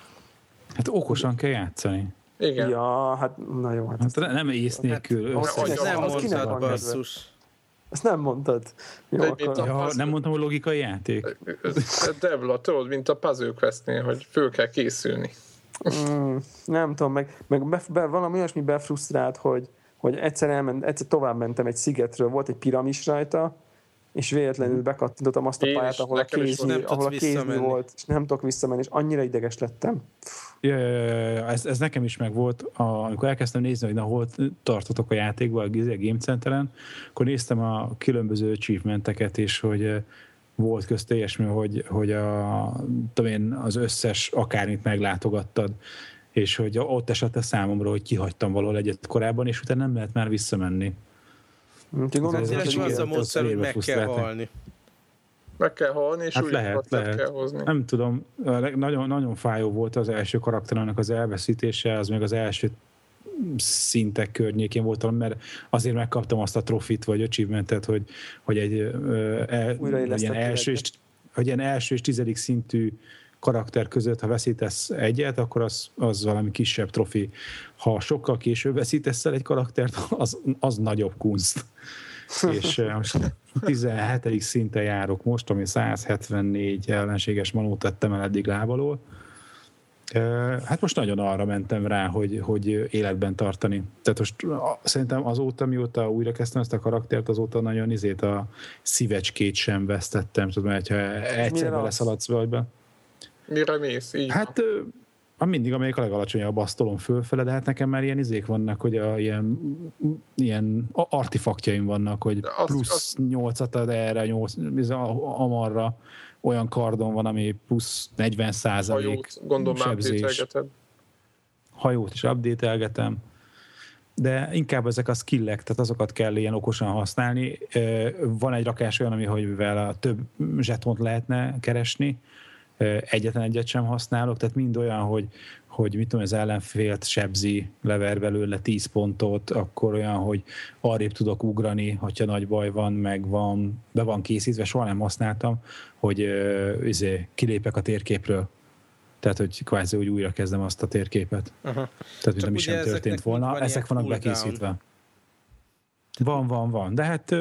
Hát okosan kell játszani. Igen. Ja, hát na jó. Hát, hát nem ész nélkül. Hát, az nem az kinek van mondtad, basszus. ezt nem mondtad. Jó, De, akkor... Ja, az... nem mondtam, hogy logikai játék. Devla, tudod, mint a Puzzle Questnél, hogy föl kell készülni. Mm, nem tudom, meg, meg be, be, valami olyasmi befrusztrált, hogy, hogy egyszer, elment, egyszer tovább mentem egy szigetről, volt egy piramis rajta, és véletlenül bekattintottam azt a Én pályát, is, ahol a nekem is kézni, nem ahol a tudsz kézni visszamenni. volt, és nem tudok visszamenni, és annyira ideges lettem. Ja, ja, ja, ja, ez, ez nekem is megvolt. A, amikor elkezdtem nézni, hogy na, hol tartotok a játékban, a Game Centeren, akkor néztem a különböző achievementeket, és hogy eh, volt közt ilyesmi, hogy, hogy a, tudom én, az összes akármit meglátogattad, és hogy ott esett a számomra, hogy kihagytam valahol egyet korábban, és utána nem lehet már visszamenni. Úgyhogy gondolom, Ez hogy Ezért egy az a igen, módszer, hogy az meg kell frusztráltak. halni. Meg kell halni, és Hát új lehet, karaktert lehet. kell hozni. Nem tudom, nagyon, nagyon fájó volt az első karakterának az elveszítése, az meg az első szintek környékén voltam, mert azért megkaptam azt a trofit, vagy achievementet, hogy, hogy egy el, hogy ilyen első, és, hogy ilyen első és tizedik szintű karakter között, ha veszítesz egyet, akkor az, az valami kisebb trofi. Ha sokkal később veszítesz el egy karaktert, az, az nagyobb kunst. És most tizenhetedik szinten járok most, ami száz hetvennégy ellenséges manót tettem el eddig lábalól. Hát most nagyon arra mentem rá, hogy, hogy életben tartani. Tehát most szerintem azóta, mióta újra kezdtem ezt a karaktert, azóta nagyon izét a szívecskét sem vesztettem. Tudom, hogyha egyszer beleszaladsz valamiben. Mire mész? Így Hát mindig, amelyik a legalacsonyabb asztalon fölfele, de hát nekem már ilyen izék vannak, hogy a, ilyen, ilyen artifaktjaim vannak, hogy plusz nyolcat ad erre, nyolc, amarra, olyan kardon van, ami plusz negyven százalék hajót, gondolom már update-elgeted. Hajót is update-elgetem. De inkább ezek a skillek, tehát azokat kell ilyen okosan használni. Van egy rakás olyan, ami, hogy mivel a több zsetont lehetne keresni, egyetlen egyet sem használok, tehát mind olyan, hogy, hogy mit tudom, az ellenfélt sebzi, lever belőle tíz pontot, akkor olyan, hogy arrébb tudok ugrani, hogyha nagy baj van, meg van, be van készítve, soha nem használtam, hogy izé, kilépek a térképről. Tehát, hogy kvázi úgy újra kezdem azt a térképet. Aha. Tehát, hogy nem is sem történt volna. Van ezek vannak bekészítve. Van, van, van. De hát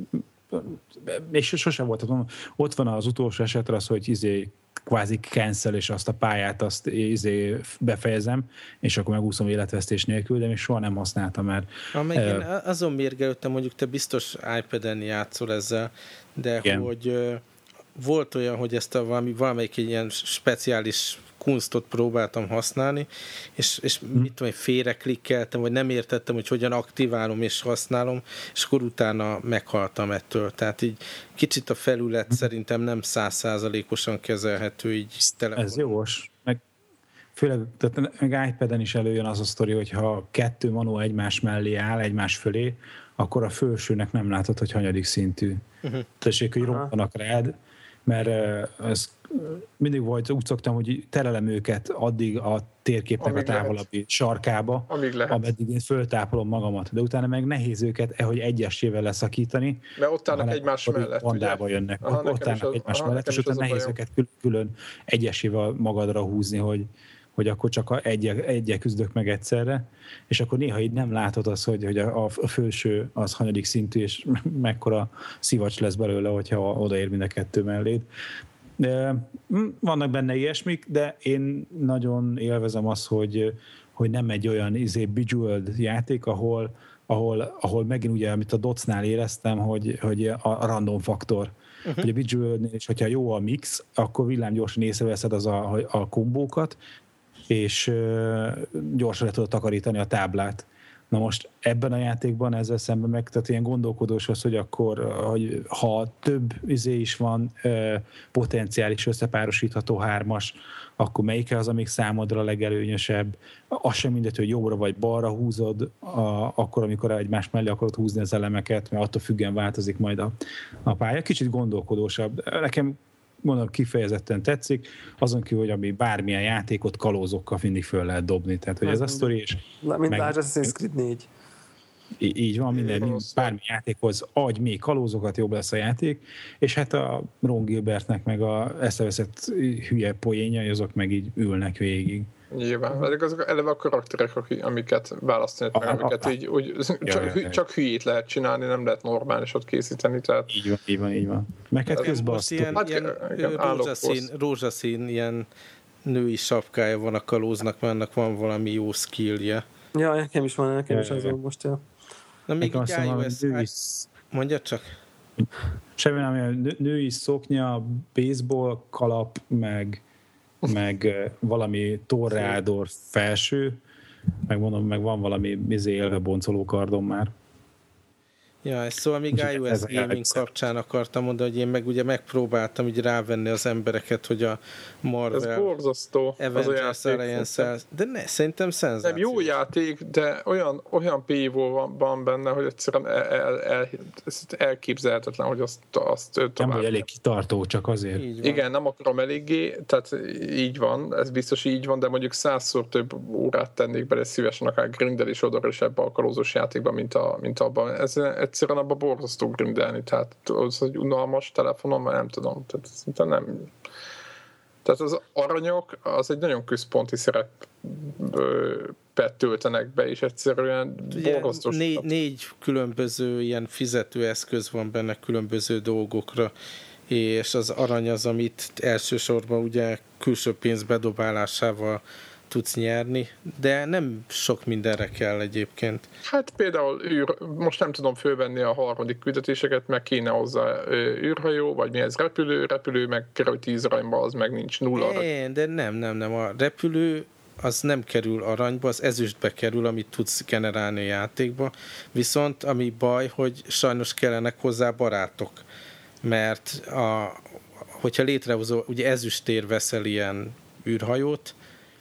és sosem volt. Ott van az utolsó esetre az, hogy izé kvázi cancel, és azt a pályát azt izé befejezem, és akkor megúszom életvesztés nélkül, de még soha nem használtam, mert... Amíg uh, én azon mérgelődtem, mondjuk te biztos iPad-en játszol ezzel, de igen. Hogy uh, volt olyan, hogy ezt a valami, valamelyik ilyen speciális kunstot próbáltam használni, és, és hmm. mit tudom, félre klikkeltem, vagy nem értettem, hogy hogyan aktiválom és használom, és akkor utána meghaltam ettől. Tehát így kicsit a felület hmm. szerintem nem száz százalékosan kezelhető így telefonon. Ez jogos. Meg főleg tehát meg iPad-en is előjön az a sztori, hogyha kettő manó egymás mellé áll, egymás fölé, akkor a felsőnek nem látod, hogy hanyadik szintű. Uh-huh. Tessék, hogy robbanak rád, mert ez mindig volt, úgy szoktam, hogy terelem őket addig a térképnek amíg a távolabbi lehet. Sarkába, ameddig én föltápolom magamat, de utána meg nehéz őket, hogy egyesével leszakítani. Mert ott állnak egymás mellett. Bandába jönnek. Aha, ott állnak az, egymás aha, mellett, és utána nehéz őket külön egyesével magadra húzni, hogy hogy akkor csak egyel, egyel küzdök meg egyszerre, és akkor néha így nem látod azt, hogy, hogy a, a felső az hanyadik szintű, és mekkora szivacs lesz belőle, hogyha odaér mind a kettő melléd. De vannak benne ilyesmik, de én nagyon élvezem azt, hogy, hogy nem egy olyan izé bejeweled játék, ahol, ahol, ahol megint ugye, amit a Dotsnál éreztem, hogy, hogy a, a random faktor. Uh-huh. Ugye a Bejewelednél is, hogyha jó a mix, akkor villámgyorsan észreveszed az a, a kombókat, és uh, gyorsan le tudod takarítani a táblát. Na most ebben a játékban ezzel szemben meg, tehát ilyen gondolkodós az, hogy akkor, hogy ha több izé is van uh, potenciális összepárosítható hármas, akkor melyik az, amik számodra a legelőnyösebb? Az sem mindegy, hogy jobbra vagy balra húzod, a, akkor, amikor egymás mellé akarod húzni az elemeket, mert attól függően változik majd a, a pálya. Kicsit gondolkodósabb. Nekem mondom, kifejezetten tetszik, azon kívül, hogy ami bármilyen játékot kalózokkal mindig föl lehet dobni. Tehát, hogy ez a sztori, és... Mint meg... Assassin's Creed négy. Í- így van, minden, bármi játékhoz adj még kalózokat, jobb lesz a játék, és hát a Ron Gilbertnek meg a eszeveszett hülye poénjai, azok meg így ülnek végig. Nyilván, ezek azok eleve a karakterek, amiket választani, meg amiket így úgy, csak, ja, csak hülyét lehet csinálni, nem lehet normálisat készíteni. Tehát... Így van, így van, így van. Meg hát közben azt ilyen, hát, ilyen igen, rózsaszín, rózsaszín ilyen női sapkája van a kalóznak, mert annak van valami jó skillje. Ja, nekem is van, nekem ja, is az volt most, ja. Na még így iOS... Mondjad csak. Semmi nem, női szoknya, baseball kalap, meg meg valami torreádor felső, meg mondom, meg van valami izé élve boncoló kardon már. Ja, és szóval még iOS gaming kapcsán akartam mondani, hogy én meg ugye megpróbáltam így rávenni az embereket, hogy a Marvel... Ez borzasztó. Avengers Alliance, de ne, szerintem szenzáció. Nem, jó játék, de olyan, olyan pívó van, van benne, hogy egyszerűen el, el, el, elképzelhetetlen, hogy azt, azt tovább... Nem vagy elég kitartó, csak azért. Igen, nem akarom eléggé, tehát így van, ez biztos így van, de mondjuk százszor több órát tennék bele szívesen, akár grindel is oda is ebbe a kalózos játékban, mint, a, mint abban. Ez egyszerűen abban borzasztó grindelni, tehát az egy unalmas telefonon, mert nem tudom, tehát szinte nem... Tehát az aranyok, az egy nagyon központi szerepet töltenek be, és egyszerűen borzasztó... Négy, négy különböző ilyen fizetőeszköz van benne különböző dolgokra, és az arany az, amit elsősorban ugye külső pénz bedobálásával tudsz nyerni, de nem sok mindenre kell egyébként. Hát például űr, most nem tudom fölvenni a harmadik küldetéseket, meg kéne hozzá űrhajó, vagy mi ez repülő, repülő meg kerül tíz aranyba, az meg nincs nulla. É, de nem, nem, nem. A repülő az nem kerül aranyba, az ezüstbe kerül, amit tudsz generálni a játékba, viszont ami baj, hogy sajnos kellenek hozzá barátok, mert a, hogyha létrehozol, ugye ezüstér veszel ilyen űrhajót,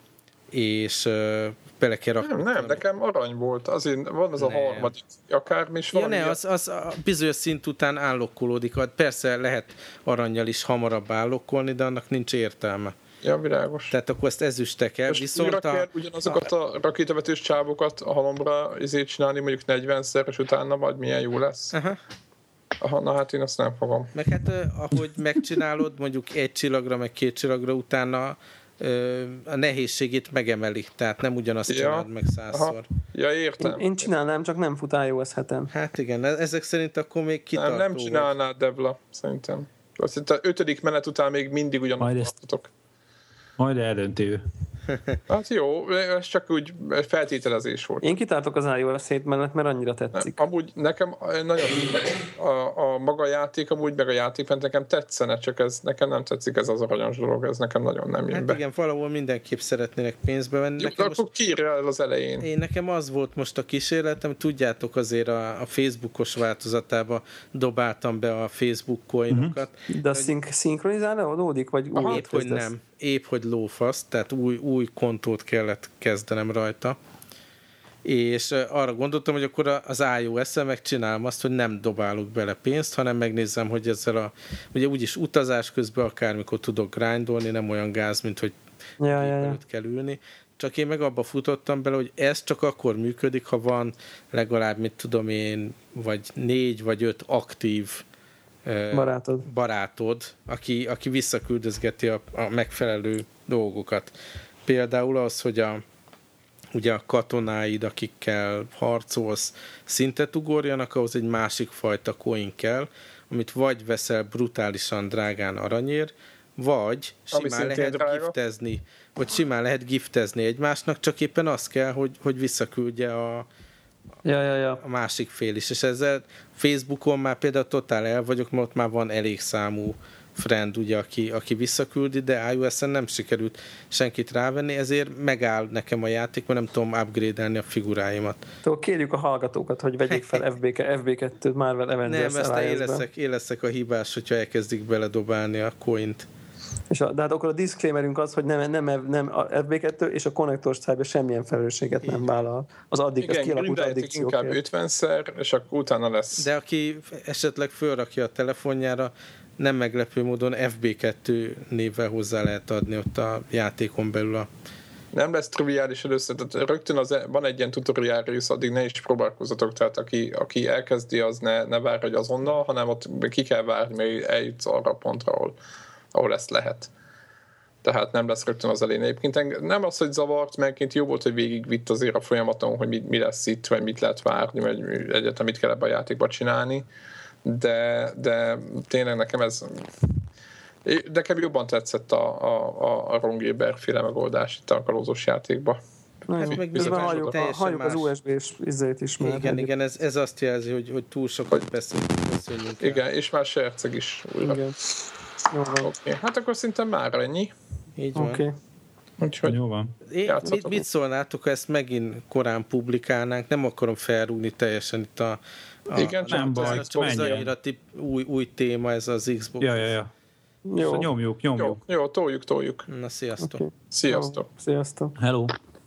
és uh, bele kell rakni. Nem, nem, nekem arany volt, azért van az a nem. harmadik, akármi is ja, valami. Ne, az, az a bizonyos szint után állokkolódik, persze lehet arannyal is hamarabb állokkolni, de annak nincs értelme. Ja, világos. Tehát akkor ezt ezüstre kell. Most viszont a... kell ugyanazokat a, a rakétavetős csávokat a halomra izét csinálni mondjuk negyvenszer, és utána majd milyen jó lesz. Aha. Aha, na hát én azt nem fogom. Meg hát ahogy megcsinálod, mondjuk egy csillagra, meg két csillagra utána a nehézségét megemeli, tehát nem ugyanazt ja. csinálod meg százszor. Aha. Ja, értem. Én, én csinálnám, csak nem fut iOS heten. Hát igen, ezek szerint akkor még kitartó. Nem, nem csinálnád, Devla, szerintem. Azt hitt, a ötödik menet után még mindig ugyanazt tartotok. Majd eldönti ő. Hát jó, ez csak úgy feltételezés volt. Én kitartok az iOS hét mellett, mert annyira tetszik. Nem, amúgy nekem nagyon a, a maga játék, amúgy meg a játék, mert nekem tetszene, csak ez nekem nem tetszik ez az aranyos dolog, ez nekem nagyon nem jön hát be. Igen, valahol mindenképp szeretnének pénzbe venni. Jó, akkor most... kiírja el az elején. Én nekem az volt most a kísérletem, tudjátok azért a, a Facebookos változatába dobáltam be a Facebook coinokat. Uh-huh. De a szink- szinkronizálódik? Vagy Aha, épp, hogy nem. Épp, hogy lófasz, tehát új, új kontót kellett kezdenem rajta. És arra gondoltam, hogy akkor az iOS-en megcsinálom azt, hogy nem dobálok bele pénzt, hanem megnézem, hogy ezzel a... Ugye úgyis utazás közben akármikor tudok grindolni, nem olyan gáz, mint hogy ja, ja, ja. kell ülni. Csak én meg abba futottam bele, hogy ez csak akkor működik, ha van legalább, mit tudom én, vagy négy vagy öt aktív barátod, barátod aki, aki visszaküldözgeti a, a megfelelő dolgokat. Például az, hogy a, ugye a katonáid, akikkel harcolsz, szintet ugorjanak, ahhoz egy másik fajta coin kell, amit vagy veszel brutálisan drágán aranyér, vagy simán lehet drága. giftezni, vagy simán lehet giftezni egymásnak, csak éppen az kell, hogy, hogy visszaküldje a Ja, ja, ja. a másik fél is, és ezzel Facebookon már például totál el vagyok, mert ott már van elég számú friend, ugye, aki, aki visszaküldi, de iOS-en nem sikerült senkit rávenni, ezért megáll nekem a játék, mert nem tudom upgrade-elni a figuráimat. Tehát kérjük a hallgatókat, hogy vegyék fel ef bé kettőt Marvel Avengers Nem, ezt én leszek, én leszek a hibás, hogyha elkezdik beledobálni a coint. És a, de hát akkor a disclaimerünk az, hogy nem, nem, nem a ef bé kettő és a Connectors Tribe semmilyen felelősséget nem vállal. Az addig, igen, az kialakult addikciókért. Inkább ötvenszer, és akkor utána lesz. De aki esetleg fölrakja a telefonjára, nem meglepő módon ef bé kettő névvel hozzá lehet adni ott a játékon belül a... Nem lesz triviális először, tehát rögtön az, van egy ilyen tutoriál rész, addig ne is próbálkozzatok, tehát aki, aki elkezdi, az ne, ne vár, hogy azonnal, hanem ott ki kell várni, mert eljutsz arra a pontra, ahol, ahol ezt lehet. Tehát nem lesz rögtön az elején. Egyébként nem az, hogy zavart, mert jó volt, hogy végigvitt azért a folyamaton, hogy mi, mi lesz itt, vagy mit lehet várni, vagy egyáltalán mit kell ebbe a játékba csinálni, de, de tényleg nekem ez... Nekem jobban tetszett a, a, a Ron Gilbert-féle megoldás itt a kalózós játékba. Hát meg bizony halljuk, a, halljuk az u es bé-s izzét is. Igen, igen, igen ez, ez azt jelzi, hogy, hogy túl sokat beszélünk. Igen, és már serceg is újra. Igen. Jó van. Okay. Hát akkor szinte már ennyi. Így van. Okay. Úgyhogy jó van. Én, mit, mit szólnátok, ha ezt megint korán publikálnánk? Nem akarom felrúgni teljesen itt a... a igen, csak nem baj, csak ez annyira tip, új, új téma, ez az Xbox. Ja, ja, ja. Jó. Szóval nyomjuk, nyomjuk. Jó, jó, toljuk, toljuk. Na, sziasztok. Okay. Sziasztok. Jó, sziasztok. Hello.